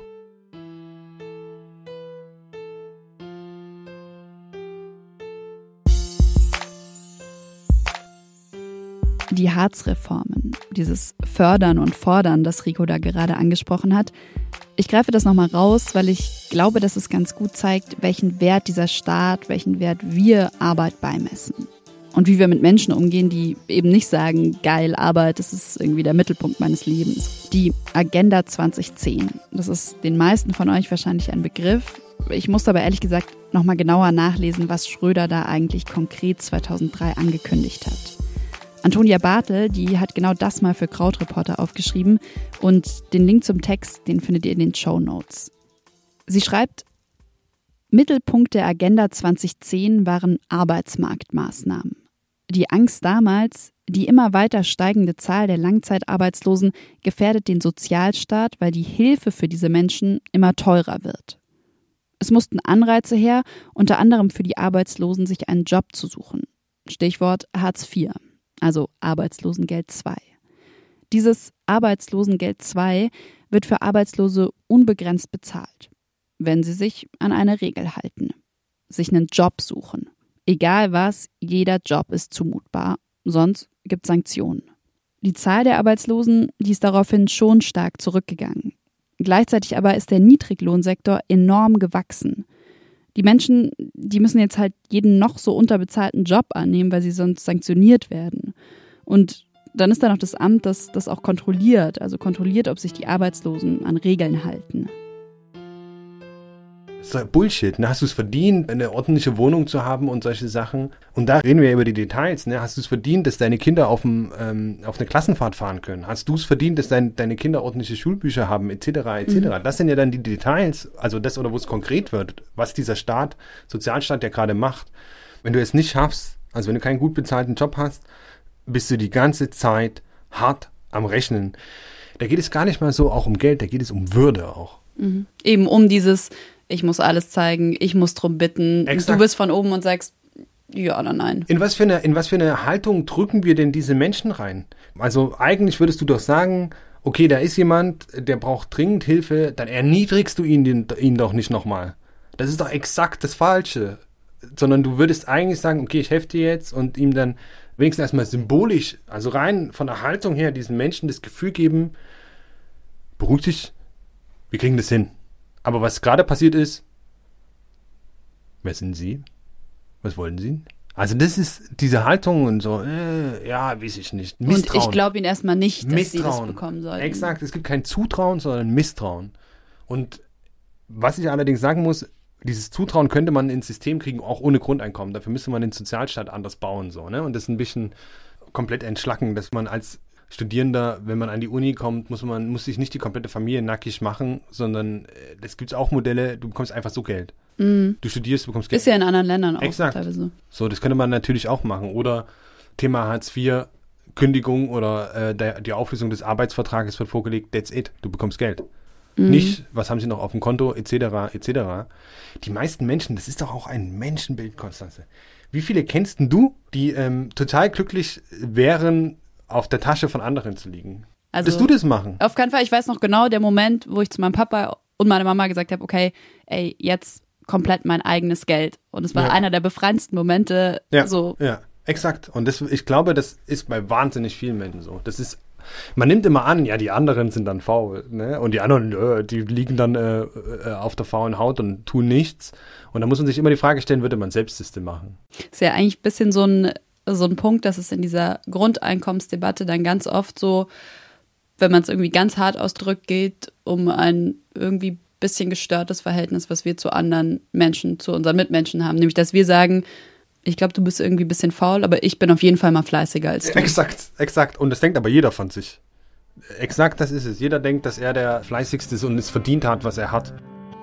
Die Harzreformen, dieses Fördern und Fordern, das Rico da gerade angesprochen hat. Ich greife das nochmal raus, weil ich glaube, dass es ganz gut zeigt, welchen Wert dieser Staat, welchen Wert wir Arbeit beimessen. Und wie wir mit Menschen umgehen, die eben nicht sagen, geil, Arbeit, das ist irgendwie der Mittelpunkt meines Lebens. Die Agenda 2010, das ist den meisten von euch wahrscheinlich ein Begriff. Ich musste aber ehrlich gesagt nochmal genauer nachlesen, was Schröder da eigentlich konkret 2003 angekündigt hat. Antonia Bartel, die hat genau das mal für Krautreporter aufgeschrieben und den Link zum Text, den findet ihr in den Shownotes. Sie schreibt, Mittelpunkt der Agenda 2010 waren Arbeitsmarktmaßnahmen. Die Angst damals, die immer weiter steigende Zahl der Langzeitarbeitslosen gefährdet den Sozialstaat, weil die Hilfe für diese Menschen immer teurer wird. Es mussten Anreize her, unter anderem für die Arbeitslosen, sich einen Job zu suchen. Stichwort Hartz IV. Also Arbeitslosengeld II. Dieses Arbeitslosengeld II wird für Arbeitslose unbegrenzt bezahlt, wenn sie sich an eine Regel halten, sich einen Job suchen. Egal was, jeder Job ist zumutbar, sonst gibt es Sanktionen. Die Zahl der Arbeitslosen, die ist daraufhin schon stark zurückgegangen. Gleichzeitig aber ist der Niedriglohnsektor enorm gewachsen. Die Menschen, die müssen jetzt halt jeden noch so unterbezahlten Job annehmen, weil sie sonst sanktioniert werden. Und dann ist da noch das Amt, das das auch kontrolliert, ob sich die Arbeitslosen an Regeln halten. Das ist Bullshit, ne? Hast du es verdient, eine ordentliche Wohnung zu haben und solche Sachen? Und da reden wir ja über die Details, ne? Hast du es verdient, dass deine Kinder auf eine Klassenfahrt fahren können? Hast du es verdient, dass deine Kinder ordentliche Schulbücher haben, etc., etc.? Mhm. Das sind ja dann die Details, also das, oder wo es konkret wird, was dieser Sozialstaat ja gerade macht. Wenn du es nicht schaffst, also wenn du keinen gut bezahlten Job hast, bist du die ganze Zeit hart am Rechnen. Da geht es gar nicht mal so auch um Geld, da geht es um Würde auch. Mhm. Eben um dieses, ich muss alles zeigen, ich muss drum bitten. Exakt. Du bist von oben und sagst, ja oder nein. In was für eine Haltung drücken wir denn diese Menschen rein? Also eigentlich würdest du doch sagen, okay, da ist jemand, der braucht dringend Hilfe, dann erniedrigst du ihn doch nicht nochmal. Das ist doch exakt das Falsche. Sondern du würdest eigentlich sagen, okay, ich helfe dir jetzt und ihm dann wenigstens erstmal symbolisch, also rein von der Haltung her, diesen Menschen das Gefühl geben, beruhig dich, wir kriegen das hin. Aber was gerade passiert ist, wer sind Sie? Was wollen Sie? Also das ist diese Haltung und so, ja, weiß ich nicht. Misstrauen. Und ich glaube Ihnen erstmal nicht, dass Sie das bekommen sollten. Exakt, es gibt kein Zutrauen, sondern Misstrauen. Und was ich allerdings sagen muss, dieses Zutrauen könnte man ins System kriegen, auch ohne Grundeinkommen. Dafür müsste man den Sozialstaat anders bauen. So, ne? Und das ein bisschen komplett entschlacken, dass man als Studierender, wenn man an die Uni kommt, muss sich nicht die komplette Familie nackig machen, sondern es gibt auch Modelle, du bekommst einfach so Geld. Mhm. Du studierst, du bekommst Geld. Ist ja in anderen Ländern auch Exakt. Teilweise. So, das könnte man natürlich auch machen. Oder Thema Hartz IV, Kündigung oder die Auflösung des Arbeitsvertrages wird vorgelegt, that's it, du bekommst Geld. Mhm. Nicht, was haben sie noch auf dem Konto, etc., etc. Die meisten Menschen, das ist doch auch ein Menschenbild, Konstanze. Wie viele kennst denn du, die total glücklich wären, auf der Tasche von anderen zu liegen? Also, würdest du das machen? Auf keinen Fall. Ich weiß noch genau der Moment, wo ich zu meinem Papa und meiner Mama gesagt habe, okay, ey, jetzt komplett mein eigenes Geld. Und es war einer der befreiendsten Momente. Ja, so. Ja, exakt. Und ich glaube, das ist bei wahnsinnig vielen Menschen so. Man nimmt immer an, ja, die anderen sind dann faul, ne? Und die anderen, die liegen dann auf der faulen Haut und tun nichts. Und da muss man sich immer die Frage stellen, würde man selbst das denn machen? Ist ja eigentlich ein bisschen so ein Punkt, dass es in dieser Grundeinkommensdebatte dann ganz oft so, wenn man es irgendwie ganz hart ausdrückt, geht um ein irgendwie bisschen gestörtes Verhältnis, was wir zu anderen Menschen, zu unseren Mitmenschen haben. Nämlich, dass wir sagen, ich glaube, du bist irgendwie ein bisschen faul, aber ich bin auf jeden Fall mal fleißiger als du. Exakt. Und das denkt aber jeder von sich. Exakt, das ist es. Jeder denkt, dass er der Fleißigste ist und es verdient hat, was er hat.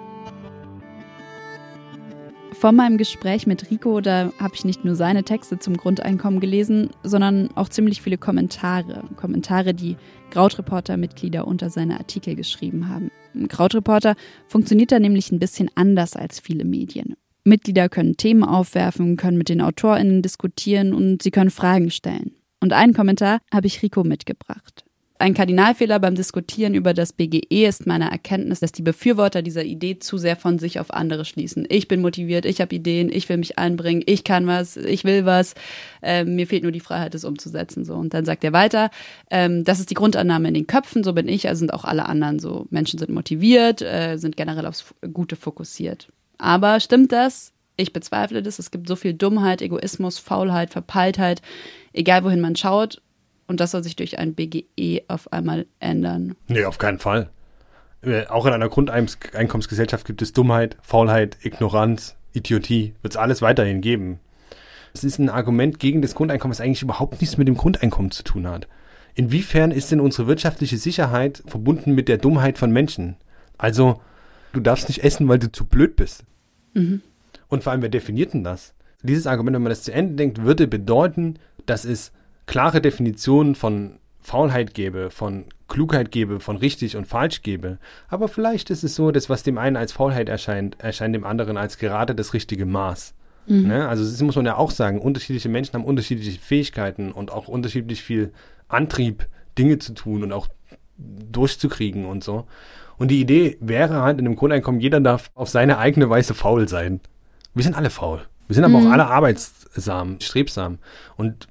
Vor meinem Gespräch mit Rico, da habe ich nicht nur seine Texte zum Grundeinkommen gelesen, sondern auch ziemlich viele Kommentare. Kommentare, die Krautreporter-Mitglieder unter seine Artikel geschrieben haben. Ein Krautreporter funktioniert da nämlich ein bisschen anders als viele Medien. Mitglieder können Themen aufwerfen, können mit den AutorInnen diskutieren und sie können Fragen stellen. Und einen Kommentar habe ich Rico mitgebracht. Ein Kardinalfehler beim Diskutieren über das BGE ist meine Erkenntnis, dass die Befürworter dieser Idee zu sehr von sich auf andere schließen. Ich bin motiviert, ich habe Ideen, ich will mich einbringen, ich kann was, ich will was, mir fehlt nur die Freiheit, es umzusetzen. So. Und dann sagt er weiter, das ist die Grundannahme in den Köpfen, so bin ich, also sind auch alle anderen so. Menschen sind motiviert, sind generell aufs Gute fokussiert. Aber stimmt das? Ich bezweifle das. Es gibt so viel Dummheit, Egoismus, Faulheit, Verpeiltheit, egal wohin man schaut. Und das soll sich durch ein BGE auf einmal ändern. Nee, auf keinen Fall. Auch in einer Grundeinkommensgesellschaft gibt es Dummheit, Faulheit, Ignoranz, Idiotie. Wird es alles weiterhin geben. Es ist ein Argument gegen das Grundeinkommen, das eigentlich überhaupt nichts mit dem Grundeinkommen zu tun hat. Inwiefern ist denn unsere wirtschaftliche Sicherheit verbunden mit der Dummheit von Menschen? Also, du darfst nicht essen, weil du zu blöd bist. Mhm. Und vor allem, wer definiert denn das? Dieses Argument, wenn man das zu Ende denkt, würde bedeuten, dass es klare Definitionen von Faulheit gäbe, von Klugheit gäbe, von richtig und falsch gäbe. Aber vielleicht ist es so, dass was dem einen als Faulheit erscheint dem anderen als gerade das richtige Maß. Mhm. Ne? Also das muss man ja auch sagen, unterschiedliche Menschen haben unterschiedliche Fähigkeiten und auch unterschiedlich viel Antrieb, Dinge zu tun und auch durchzukriegen und so. Und die Idee wäre halt in dem Grundeinkommen, jeder darf auf seine eigene Weise faul sein. Wir sind alle faul. Wir sind aber auch alle arbeitsam, strebsam. Und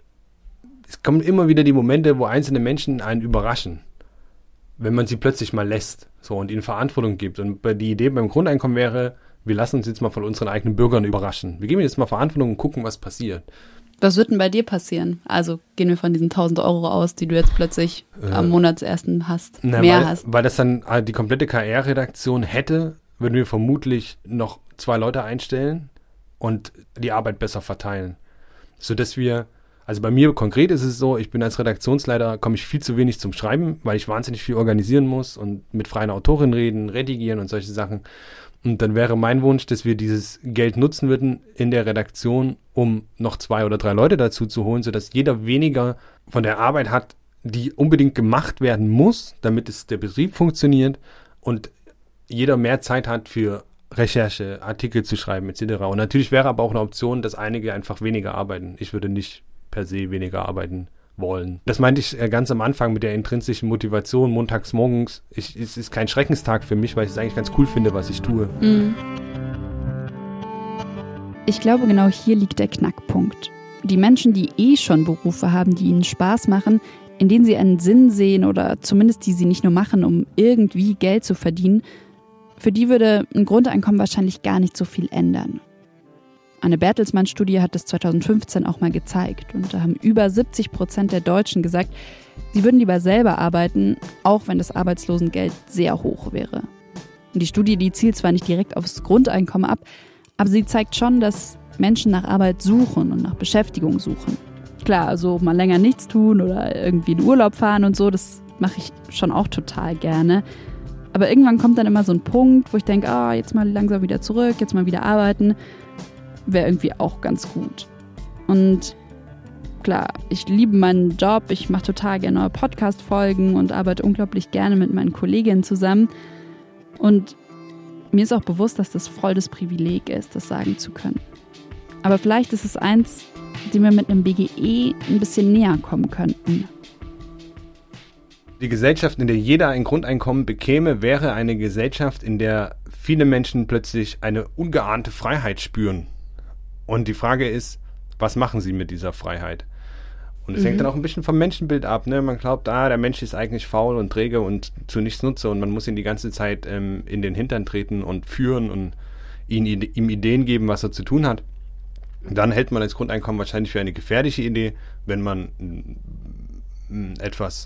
es kommen immer wieder die Momente, wo einzelne Menschen einen überraschen, wenn man sie plötzlich mal lässt so und ihnen Verantwortung gibt. Und die Idee beim Grundeinkommen wäre, wir lassen uns jetzt mal von unseren eigenen Bürgern überraschen. Wir geben jetzt mal Verantwortung und gucken, was passiert. Was wird denn bei dir passieren? Also gehen wir von diesen 1.000 € aus, die du jetzt plötzlich am Monatsersten hast, hast. Weil das dann die komplette KR-Redaktion hätte, würden wir vermutlich noch 2 Leute einstellen und die Arbeit besser verteilen. Sodass wir Also bei mir konkret ist es so, ich bin als Redaktionsleiter, komme ich viel zu wenig zum Schreiben, weil ich wahnsinnig viel organisieren muss und mit freien Autorinnen reden, redigieren und solche Sachen. Und dann wäre mein Wunsch, dass wir dieses Geld nutzen würden in der Redaktion, um noch 2 oder 3 Leute dazu zu holen, sodass jeder weniger von der Arbeit hat, die unbedingt gemacht werden muss, damit der Betrieb funktioniert und jeder mehr Zeit hat für Recherche, Artikel zu schreiben etc. Und natürlich wäre aber auch eine Option, dass einige einfach weniger arbeiten. Ich würde nicht per se weniger arbeiten wollen. Das meinte ich ganz am Anfang mit der intrinsischen Motivation, montags morgens. Es ist kein Schreckenstag für mich, weil ich es eigentlich ganz cool finde, was ich tue. Ich glaube, genau hier liegt der Knackpunkt. Die Menschen, die schon Berufe haben, die ihnen Spaß machen, in denen sie einen Sinn sehen oder zumindest die sie nicht nur machen, um irgendwie Geld zu verdienen, für die würde ein Grundeinkommen wahrscheinlich gar nicht so viel ändern. Eine Bertelsmann-Studie hat das 2015 auch mal gezeigt und da haben über 70% der Deutschen gesagt, sie würden lieber selber arbeiten, auch wenn das Arbeitslosengeld sehr hoch wäre. Und die Studie, die zielt zwar nicht direkt aufs Grundeinkommen ab, aber sie zeigt schon, dass Menschen nach Arbeit suchen und nach Beschäftigung suchen. Klar, also mal länger nichts tun oder irgendwie in Urlaub fahren und so, das mache ich schon auch total gerne. Aber irgendwann kommt dann immer so ein Punkt, wo ich denke, jetzt mal langsam wieder zurück, jetzt mal wieder arbeiten. Wäre irgendwie auch ganz gut. Und klar, ich liebe meinen Job, ich mache total gerne neue Podcast-Folgen und arbeite unglaublich gerne mit meinen Kolleginnen zusammen. Und mir ist auch bewusst, dass das voll das Privileg ist, das sagen zu können. Aber vielleicht ist es eins, dem wir mit einem BGE ein bisschen näher kommen könnten. Die Gesellschaft, in der jeder ein Grundeinkommen bekäme, wäre eine Gesellschaft, in der viele Menschen plötzlich eine ungeahnte Freiheit spüren. Und die Frage ist, was machen sie mit dieser Freiheit? Und es hängt dann auch ein bisschen vom Menschenbild ab. Ne? Man glaubt, der Mensch ist eigentlich faul und träge und zu nichts nutze und man muss ihn die ganze Zeit in den Hintern treten und führen und ihm Ideen geben, was er zu tun hat. Dann hält man das Grundeinkommen wahrscheinlich für eine gefährliche Idee, wenn man etwas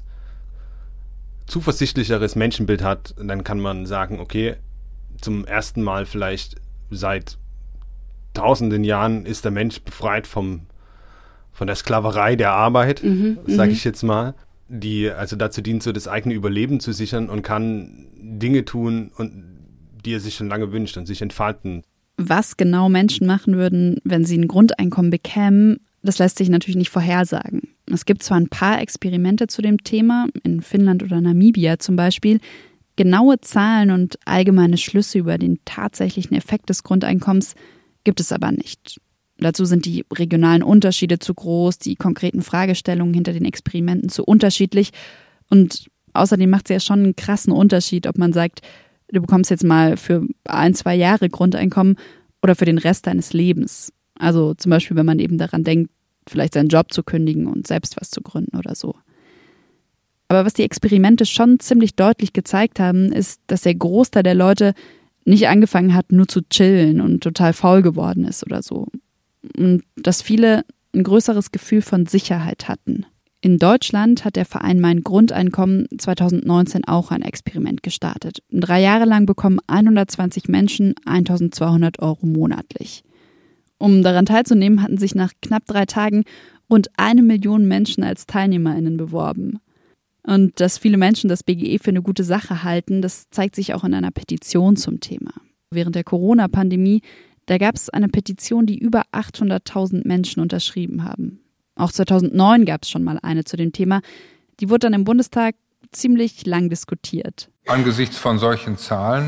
zuversichtlicheres Menschenbild hat. Dann kann man sagen, okay, zum ersten Mal vielleicht seit tausenden Jahren ist der Mensch befreit von der Sklaverei der Arbeit, sage ich jetzt mal, die also dazu dient, so das eigene Überleben zu sichern und kann Dinge tun, die er sich schon lange wünscht und sich entfalten. Was genau Menschen machen würden, wenn sie ein Grundeinkommen bekämen, das lässt sich natürlich nicht vorhersagen. Es gibt zwar ein paar Experimente zu dem Thema, in Finnland oder Namibia zum Beispiel. Genaue Zahlen und allgemeine Schlüsse über den tatsächlichen Effekt des Grundeinkommens gibt es aber nicht. Dazu sind die regionalen Unterschiede zu groß, die konkreten Fragestellungen hinter den Experimenten zu unterschiedlich. Und außerdem macht es ja schon einen krassen Unterschied, ob man sagt, du bekommst jetzt mal für 1-2 Jahre Grundeinkommen oder für den Rest deines Lebens. Also zum Beispiel, wenn man eben daran denkt, vielleicht seinen Job zu kündigen und selbst was zu gründen oder so. Aber was die Experimente schon ziemlich deutlich gezeigt haben, ist, dass der Großteil der Leute nicht angefangen hat, nur zu chillen und total faul geworden ist oder so. Und dass viele ein größeres Gefühl von Sicherheit hatten. In Deutschland hat der Verein Mein Grundeinkommen 2019 auch ein Experiment gestartet. 3 Jahre lang bekommen 120 Menschen 1.200 € monatlich. Um daran teilzunehmen, hatten sich nach knapp 3 Tagen rund 1 Million Menschen als TeilnehmerInnen beworben. Und dass viele Menschen das BGE für eine gute Sache halten, das zeigt sich auch in einer Petition zum Thema. Während der Corona-Pandemie, da gab es eine Petition, die über 800.000 Menschen unterschrieben haben. Auch 2009 gab es schon mal eine zu dem Thema. Die wurde dann im Bundestag ziemlich lang diskutiert. Angesichts von solchen Zahlen,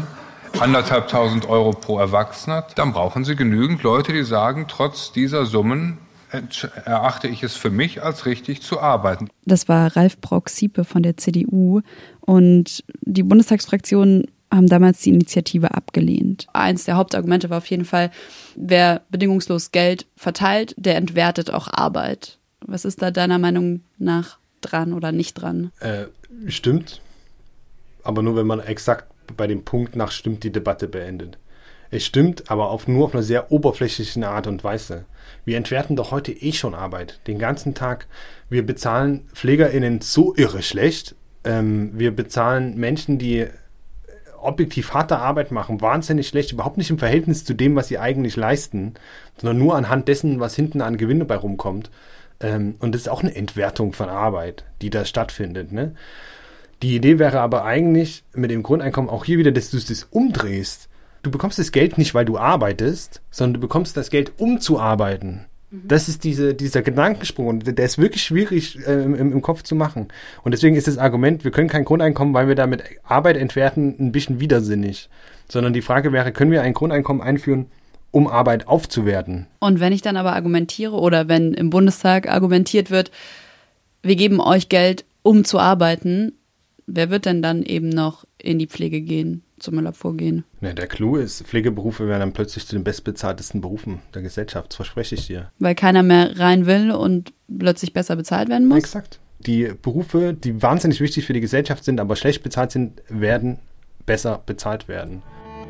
1.500 € pro Erwachsener, dann brauchen Sie genügend Leute, die sagen, trotz dieser Summen erachte ich es für mich als richtig zu arbeiten. Das war Ralf Brock-Siepe von der CDU und die Bundestagsfraktionen haben damals die Initiative abgelehnt. Eins der Hauptargumente war auf jeden Fall, wer bedingungslos Geld verteilt, der entwertet auch Arbeit. Was ist da deiner Meinung nach dran oder nicht dran? Stimmt, aber nur wenn man exakt bei dem Punkt nach stimmt die Debatte beendet. Es stimmt, aber nur auf einer sehr oberflächlichen Art und Weise. Wir entwerten doch heute schon Arbeit, den ganzen Tag. Wir bezahlen PflegerInnen so irre schlecht. Wir bezahlen Menschen, die objektiv harte Arbeit machen, wahnsinnig schlecht, überhaupt nicht im Verhältnis zu dem, was sie eigentlich leisten, sondern nur anhand dessen, was hinten an Gewinne bei rumkommt. Und das ist auch eine Entwertung von Arbeit, die da stattfindet. Ne? Die Idee wäre aber eigentlich mit dem Grundeinkommen auch hier wieder, dass du das umdrehst. Du bekommst das Geld nicht, weil du arbeitest, sondern du bekommst das Geld, um zu arbeiten. Das ist dieser Gedankensprung und der ist wirklich schwierig im Kopf zu machen. Und deswegen ist das Argument, wir können kein Grundeinkommen, weil wir damit Arbeit entwerten, ein bisschen widersinnig. Sondern die Frage wäre, können wir ein Grundeinkommen einführen, um Arbeit aufzuwerten? Und wenn ich dann aber argumentiere oder wenn im Bundestag argumentiert wird, wir geben euch Geld, um zu arbeiten, wer wird denn dann eben noch in die Pflege gehen, zur Müllabfuhr gehen? Ja, der Clou ist, Pflegeberufe werden dann plötzlich zu den bestbezahltesten Berufen der Gesellschaft, das verspreche ich dir. Weil keiner mehr rein will und plötzlich besser bezahlt werden muss? Exakt. Die Berufe, die wahnsinnig wichtig für die Gesellschaft sind, aber schlecht bezahlt sind, werden besser bezahlt werden.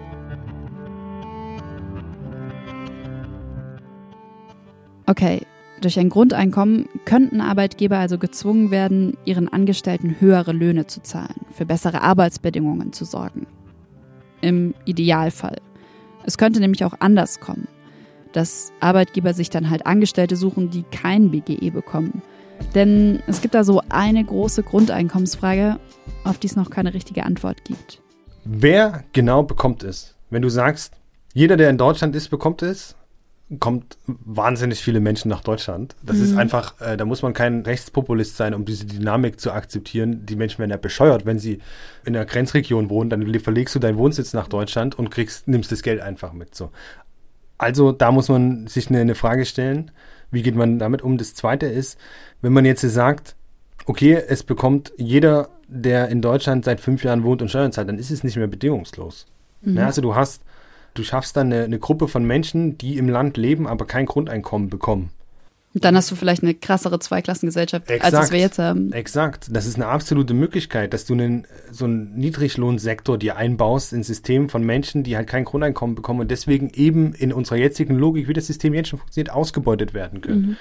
Okay, durch ein Grundeinkommen könnten Arbeitgeber also gezwungen werden, ihren Angestellten höhere Löhne zu zahlen, für bessere Arbeitsbedingungen zu sorgen. Im Idealfall. Es könnte nämlich auch anders kommen, dass Arbeitgeber sich dann halt Angestellte suchen, die kein BGE bekommen. Denn es gibt da so eine große Grundeinkommensfrage, auf die es noch keine richtige Antwort gibt. Wer genau bekommt es? Wenn du sagst, jeder, der in Deutschland ist, bekommt es, kommt wahnsinnig viele Menschen nach Deutschland. Das ist einfach, da muss man kein Rechtspopulist sein, um diese Dynamik zu akzeptieren. Die Menschen werden ja bescheuert, wenn sie in der Grenzregion wohnen, dann verlegst du deinen Wohnsitz nach Deutschland und nimmst das Geld einfach mit. So. Also da muss man sich eine Frage stellen, wie geht man damit um? Das Zweite ist, wenn man jetzt sagt, okay, es bekommt jeder, der in Deutschland seit 5 Jahren wohnt und Steuern zahlt, dann ist es nicht mehr bedingungslos. Ja, also du schaffst dann eine Gruppe von Menschen, die im Land leben, aber kein Grundeinkommen bekommen. Dann hast du vielleicht eine krassere Zweiklassengesellschaft, als es wir jetzt haben. Exakt. Das ist eine absolute Möglichkeit, dass du so einen Niedriglohnsektor dir einbaust in ein System von Menschen, die halt kein Grundeinkommen bekommen und deswegen eben in unserer jetzigen Logik, wie das System jetzt schon funktioniert, ausgebeutet werden können.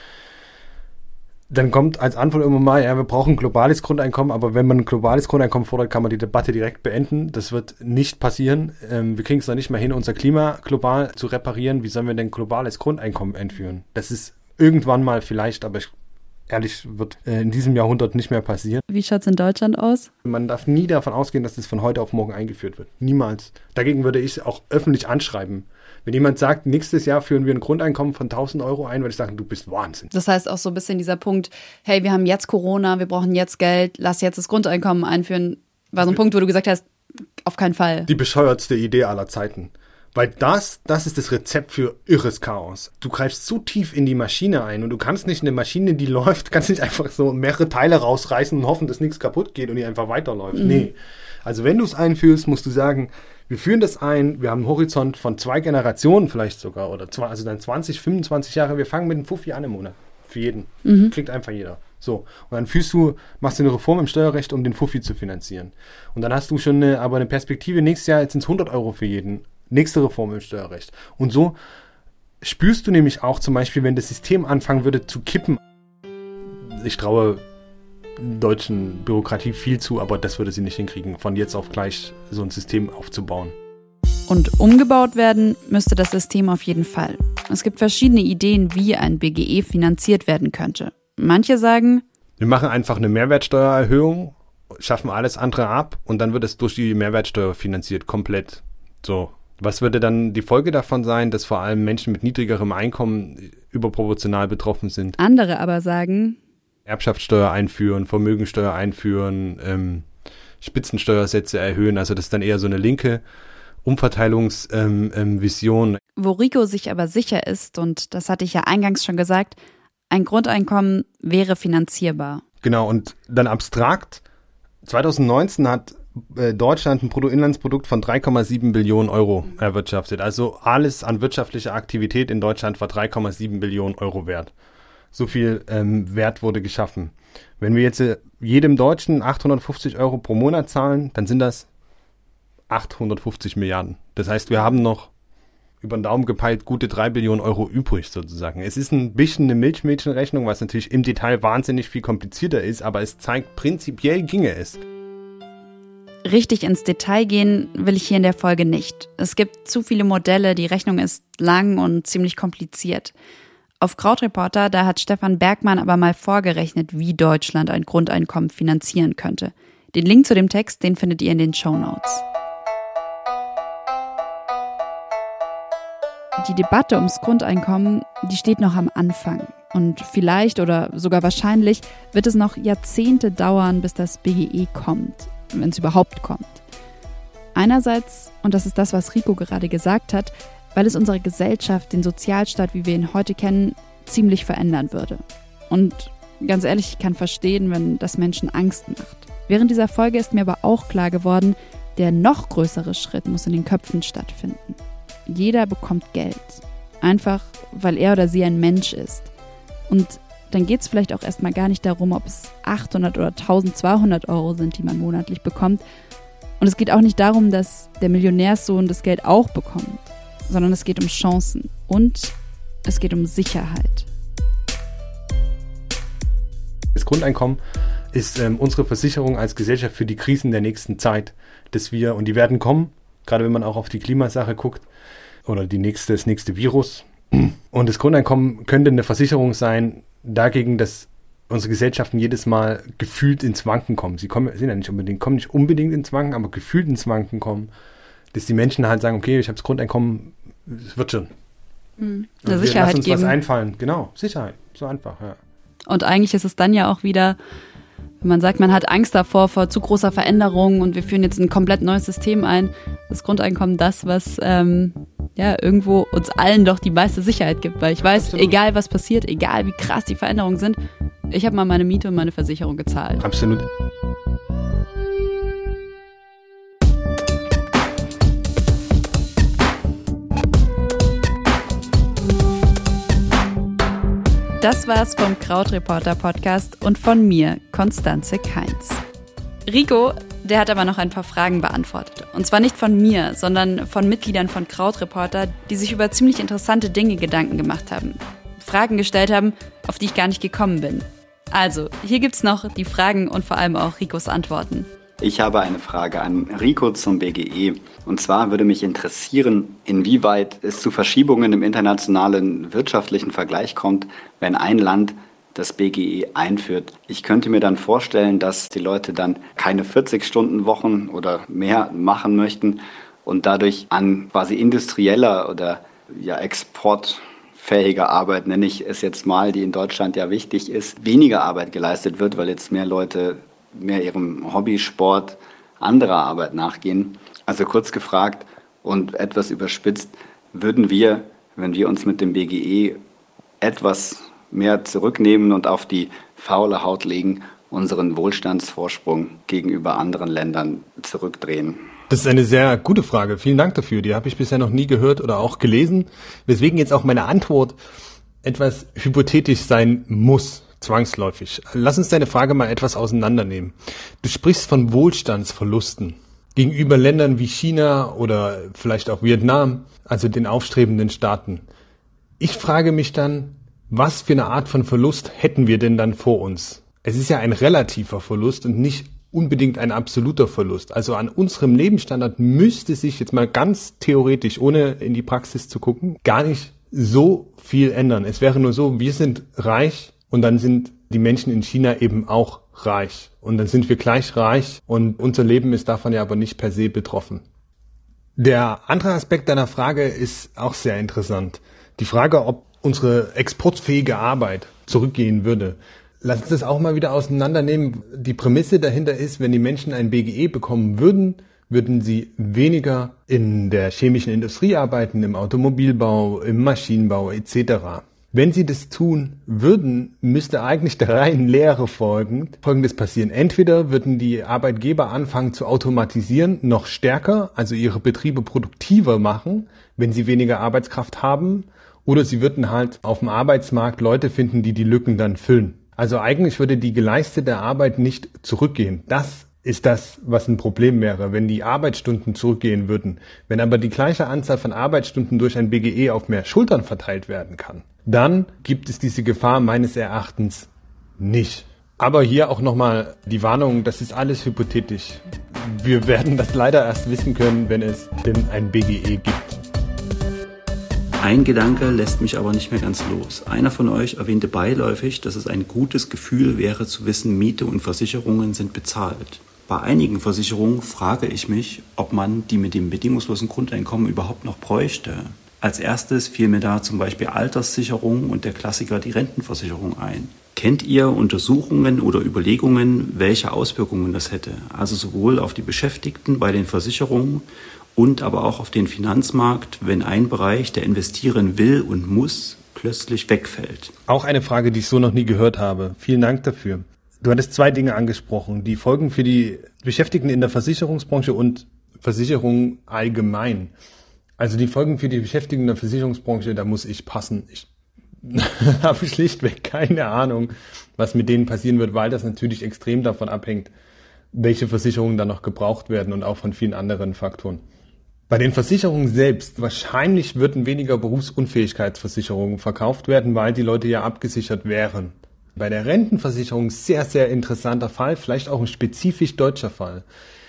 Dann kommt als Antwort immer mal, ja, wir brauchen ein globales Grundeinkommen, aber wenn man ein globales Grundeinkommen fordert, kann man die Debatte direkt beenden. Das wird nicht passieren. Wir kriegen es noch nicht mal hin, unser Klima global zu reparieren. Wie sollen wir denn ein globales Grundeinkommen einführen? Das ist irgendwann mal vielleicht, aber ehrlich, wird in diesem Jahrhundert nicht mehr passieren. Wie schaut es in Deutschland aus? Man darf nie davon ausgehen, dass das von heute auf morgen eingeführt wird. Niemals. Dagegen würde ich auch öffentlich anschreiben. Wenn jemand sagt, nächstes Jahr führen wir ein Grundeinkommen von 1.000 Euro ein, würde ich sagen, du bist Wahnsinn. Das heißt auch so ein bisschen dieser Punkt, hey, wir haben jetzt Corona, wir brauchen jetzt Geld, lass jetzt das Grundeinkommen einführen. War so ein Punkt, wo du gesagt hast, auf keinen Fall. Die bescheuertste Idee aller Zeiten. Weil das ist das Rezept für irres Chaos. Du greifst zu tief in die Maschine ein und du kannst nicht eine Maschine, die läuft, kannst nicht einfach so mehrere Teile rausreißen und hoffen, dass nichts kaputt geht und die einfach weiterläuft. Nee. Also wenn du es einführst, musst du sagen, wir führen das ein, wir haben einen Horizont von 2 Generationen vielleicht sogar oder also dann 20, 25 Jahre, wir fangen mit einem Fuffi an im Monat. Für jeden. Kriegt einfach jeder. So. Und dann machst du eine Reform im Steuerrecht, um den Fuffi zu finanzieren. Und dann hast du schon eine Perspektive, nächstes Jahr sind es 100 Euro für jeden. Nächste Reform im Steuerrecht. Und so spürst du nämlich auch zum Beispiel, wenn das System anfangen würde zu kippen. Ich traue deutschen Bürokratie viel zu, aber das würde sie nicht hinkriegen, von jetzt auf gleich so ein System aufzubauen. Und umgebaut werden müsste das System auf jeden Fall. Es gibt verschiedene Ideen, wie ein BGE finanziert werden könnte. Manche sagen, wir machen einfach eine Mehrwertsteuererhöhung, schaffen alles andere ab und dann wird es durch die Mehrwertsteuer finanziert, komplett. So. Was würde dann die Folge davon sein, dass vor allem Menschen mit niedrigerem Einkommen überproportional betroffen sind? Andere aber sagen, Erbschaftssteuer einführen, Vermögensteuer einführen, Spitzensteuersätze erhöhen. Also das ist dann eher so eine linke Umverteilungsvision. Wo Rico sich aber sicher ist, und das hatte ich ja eingangs schon gesagt, ein Grundeinkommen wäre finanzierbar. Genau, und dann abstrakt, 2019 hat Deutschland ein Bruttoinlandsprodukt von 3,7 Billionen Euro erwirtschaftet. Also alles an wirtschaftlicher Aktivität in Deutschland war 3,7 Billionen Euro wert. So viel Wert wurde geschaffen. Wenn wir jetzt jedem Deutschen 850 Euro pro Monat zahlen, dann sind das 850 Milliarden. Das heißt, wir haben noch über den Daumen gepeilt gute 3 Billionen Euro übrig sozusagen. Es ist ein bisschen eine Milchmädchenrechnung, was natürlich im Detail wahnsinnig viel komplizierter ist, aber es zeigt, prinzipiell ginge es. Richtig ins Detail gehen will ich hier in der Folge nicht. Es gibt zu viele Modelle, die Rechnung ist lang und ziemlich kompliziert. Auf Krautreporter, da hat Stefan Bergmann aber mal vorgerechnet, wie Deutschland ein Grundeinkommen finanzieren könnte. Den Link zu dem Text, den findet ihr in den Shownotes. Die Debatte ums Grundeinkommen, die steht noch am Anfang. Und vielleicht oder sogar wahrscheinlich wird es noch Jahrzehnte dauern, bis das BGE kommt, wenn es überhaupt kommt. Einerseits, und das ist das, was Rico gerade gesagt hat, weil es unsere Gesellschaft, den Sozialstaat, wie wir ihn heute kennen, ziemlich verändern würde. Und ganz ehrlich, ich kann verstehen, wenn das Menschen Angst macht. Während dieser Folge ist mir aber auch klar geworden, der noch größere Schritt muss in den Köpfen stattfinden. Jeder bekommt Geld. Einfach, weil er oder sie ein Mensch ist. Und dann geht es vielleicht auch erstmal gar nicht darum, ob es 800 oder 1200 Euro sind, die man monatlich bekommt. Und es geht auch nicht darum, dass der Millionärssohn das Geld auch bekommt, sondern es geht um Chancen und es geht um Sicherheit. Das Grundeinkommen ist unsere Versicherung als Gesellschaft für die Krisen der nächsten Zeit, dass wir, und die werden kommen, gerade wenn man auch auf die Klimasache guckt, oder das nächste Virus. Und das Grundeinkommen könnte eine Versicherung sein dagegen, dass unsere Gesellschaften jedes Mal gefühlt ins Wanken kommen. Sie kommen nicht unbedingt ins Wanken, aber gefühlt ins Wanken kommen, dass die Menschen halt sagen, okay, ich habe das Grundeinkommen, es wird schon. Eine Sicherheit lass uns geben. Was einfallen. Genau, Sicherheit. So einfach, ja. Und eigentlich ist es dann ja auch wieder, wenn man sagt, man hat Angst davor, vor zu großer Veränderung und wir führen jetzt ein komplett neues System ein, das Grundeinkommen das, was irgendwo uns allen doch die meiste Sicherheit gibt. Weil ich weiß, absolut, egal was passiert, egal wie krass die Veränderungen sind, ich habe mal meine Miete und meine Versicherung gezahlt. Absolut. Das war's vom Krautreporter-Podcast und von mir, Constanze Kainz. Rico, der hat aber noch ein paar Fragen beantwortet. Und zwar nicht von mir, sondern von Mitgliedern von Krautreporter, die sich über ziemlich interessante Dinge Gedanken gemacht haben. Fragen gestellt haben, auf die ich gar nicht gekommen bin. Also, hier gibt's noch die Fragen und vor allem auch Ricos Antworten. Ich habe eine Frage an Rico zum BGE. Und zwar würde mich interessieren, inwieweit es zu Verschiebungen im internationalen wirtschaftlichen Vergleich kommt, wenn ein Land das BGE einführt. Ich könnte mir dann vorstellen, dass die Leute dann keine 40-Stunden-Wochen oder mehr machen möchten und dadurch an quasi industrieller oder exportfähiger Arbeit, nenne ich es jetzt mal, die in Deutschland ja wichtig ist, weniger Arbeit geleistet wird, weil jetzt mehr Leute mehr ihrem Hobbysport anderer Arbeit nachgehen. Also kurz gefragt und etwas überspitzt, würden wir, wenn wir uns mit dem BGE etwas mehr zurücknehmen und auf die faule Haut legen, unseren Wohlstandsvorsprung gegenüber anderen Ländern zurückdrehen? Das ist eine sehr gute Frage. Vielen Dank dafür. Die habe ich bisher noch nie gehört oder auch gelesen. Weswegen jetzt auch meine Antwort etwas hypothetisch sein muss. Zwangsläufig. Lass uns deine Frage mal etwas auseinandernehmen. Du sprichst von Wohlstandsverlusten gegenüber Ländern wie China oder vielleicht auch Vietnam, also den aufstrebenden Staaten. Ich frage mich dann, was für eine Art von Verlust hätten wir denn dann vor uns? Es ist ja ein relativer Verlust und nicht unbedingt ein absoluter Verlust. Also an unserem Lebensstandard müsste sich jetzt mal ganz theoretisch, ohne in die Praxis zu gucken, gar nicht so viel ändern. Es wäre nur so, wir sind reich, und dann sind die Menschen in China eben auch reich. Und dann sind wir gleich reich und unser Leben ist davon ja aber nicht per se betroffen. Der andere Aspekt deiner Frage ist auch sehr interessant. Die Frage, ob unsere exportfähige Arbeit zurückgehen würde. Lass uns das auch mal wieder auseinandernehmen. Die Prämisse dahinter ist, wenn die Menschen ein BGE bekommen würden, würden sie weniger in der chemischen Industrie arbeiten, im Automobilbau, im Maschinenbau etc. Wenn sie das tun würden, müsste eigentlich der reinen Lehre Folgendes passieren. Entweder würden die Arbeitgeber anfangen zu automatisieren, noch stärker, also ihre Betriebe produktiver machen, wenn sie weniger Arbeitskraft haben, oder sie würden halt auf dem Arbeitsmarkt Leute finden, die die Lücken dann füllen. Also eigentlich würde die geleistete Arbeit nicht zurückgehen. Das ist das, was ein Problem wäre, wenn die Arbeitsstunden zurückgehen würden. Wenn aber die gleiche Anzahl von Arbeitsstunden durch ein BGE auf mehr Schultern verteilt werden kann, dann gibt es diese Gefahr meines Erachtens nicht. Aber hier auch nochmal die Warnung, das ist alles hypothetisch. Wir werden das leider erst wissen können, wenn es denn ein BGE gibt. Ein Gedanke lässt mich aber nicht mehr ganz los. Einer von euch erwähnte beiläufig, dass es ein gutes Gefühl wäre zu wissen, Miete und Versicherungen sind bezahlt. Bei einigen Versicherungen frage ich mich, ob man die mit dem bedingungslosen Grundeinkommen überhaupt noch bräuchte. Als erstes fiel mir da zum Beispiel Alterssicherung und der Klassiker die Rentenversicherung ein. Kennt ihr Untersuchungen oder Überlegungen, welche Auswirkungen das hätte? Also sowohl auf die Beschäftigten bei den Versicherungen und aber auch auf den Finanzmarkt, wenn ein Bereich, der investieren will und muss, plötzlich wegfällt. Auch eine Frage, die ich so noch nie gehört habe. Vielen Dank dafür. Du hattest 2 Dinge angesprochen, die Folgen für die Beschäftigten in der Versicherungsbranche und Versicherungen allgemein. Also die Folgen für die Beschäftigten in der Versicherungsbranche, da muss ich passen. Ich habe schlichtweg keine Ahnung, was mit denen passieren wird, weil das natürlich extrem davon abhängt, welche Versicherungen dann noch gebraucht werden und auch von vielen anderen Faktoren. Bei den Versicherungen selbst, wahrscheinlich würden weniger Berufsunfähigkeitsversicherungen verkauft werden, weil die Leute ja abgesichert wären. Bei der Rentenversicherung sehr, sehr interessanter Fall, vielleicht auch ein spezifisch deutscher Fall.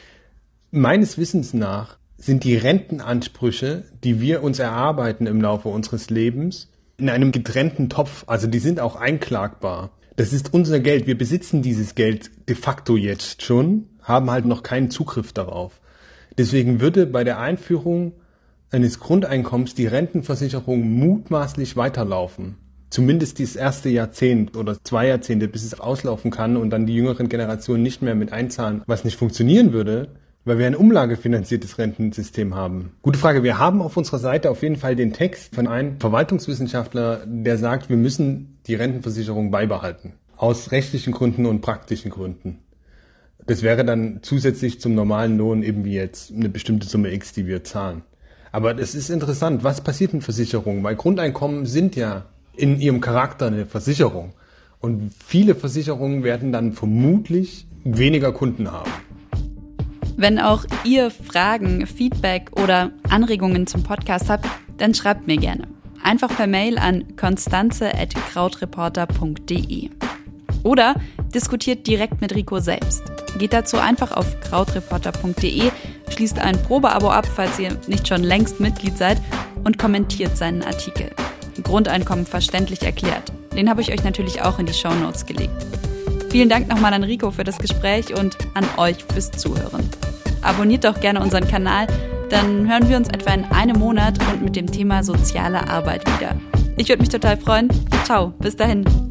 Meines Wissens nach sind die Rentenansprüche, die wir uns erarbeiten im Laufe unseres Lebens, in einem getrennten Topf. Also die sind auch einklagbar. Das ist unser Geld. Wir besitzen dieses Geld de facto jetzt schon, haben halt noch keinen Zugriff darauf. Deswegen würde bei der Einführung eines Grundeinkommens die Rentenversicherung mutmaßlich weiterlaufen. Zumindest das erste Jahrzehnt oder 2 Jahrzehnte, bis es auslaufen kann und dann die jüngeren Generationen nicht mehr mit einzahlen. Was nicht funktionieren würde, weil wir ein umlagefinanziertes Rentensystem haben. Gute Frage. Wir haben auf unserer Seite auf jeden Fall den Text von einem Verwaltungswissenschaftler, der sagt, wir müssen die Rentenversicherung beibehalten. Aus rechtlichen Gründen und praktischen Gründen. Das wäre dann zusätzlich zum normalen Lohn eben wie jetzt eine bestimmte Summe X, die wir zahlen. Aber es ist interessant, was passiert mit Versicherungen? Weil Grundeinkommen sind ja in ihrem Charakter eine Versicherung. Und viele Versicherungen werden dann vermutlich weniger Kunden haben. Wenn auch ihr Fragen, Feedback oder Anregungen zum Podcast habt, dann schreibt mir gerne. Einfach per Mail an constanze@krautreporter.de. Oder diskutiert direkt mit Rico selbst. Geht dazu einfach auf krautreporter.de, schließt ein Probeabo ab, falls ihr nicht schon längst Mitglied seid, und kommentiert seinen Artikel. Grundeinkommen verständlich erklärt. Den habe ich euch natürlich auch in die Shownotes gelegt. Vielen Dank nochmal an Rico für das Gespräch und an euch fürs Zuhören. Abonniert doch gerne unseren Kanal, dann hören wir uns etwa in einem Monat und mit dem Thema soziale Arbeit wieder. Ich würde mich total freuen. Ciao, bis dahin.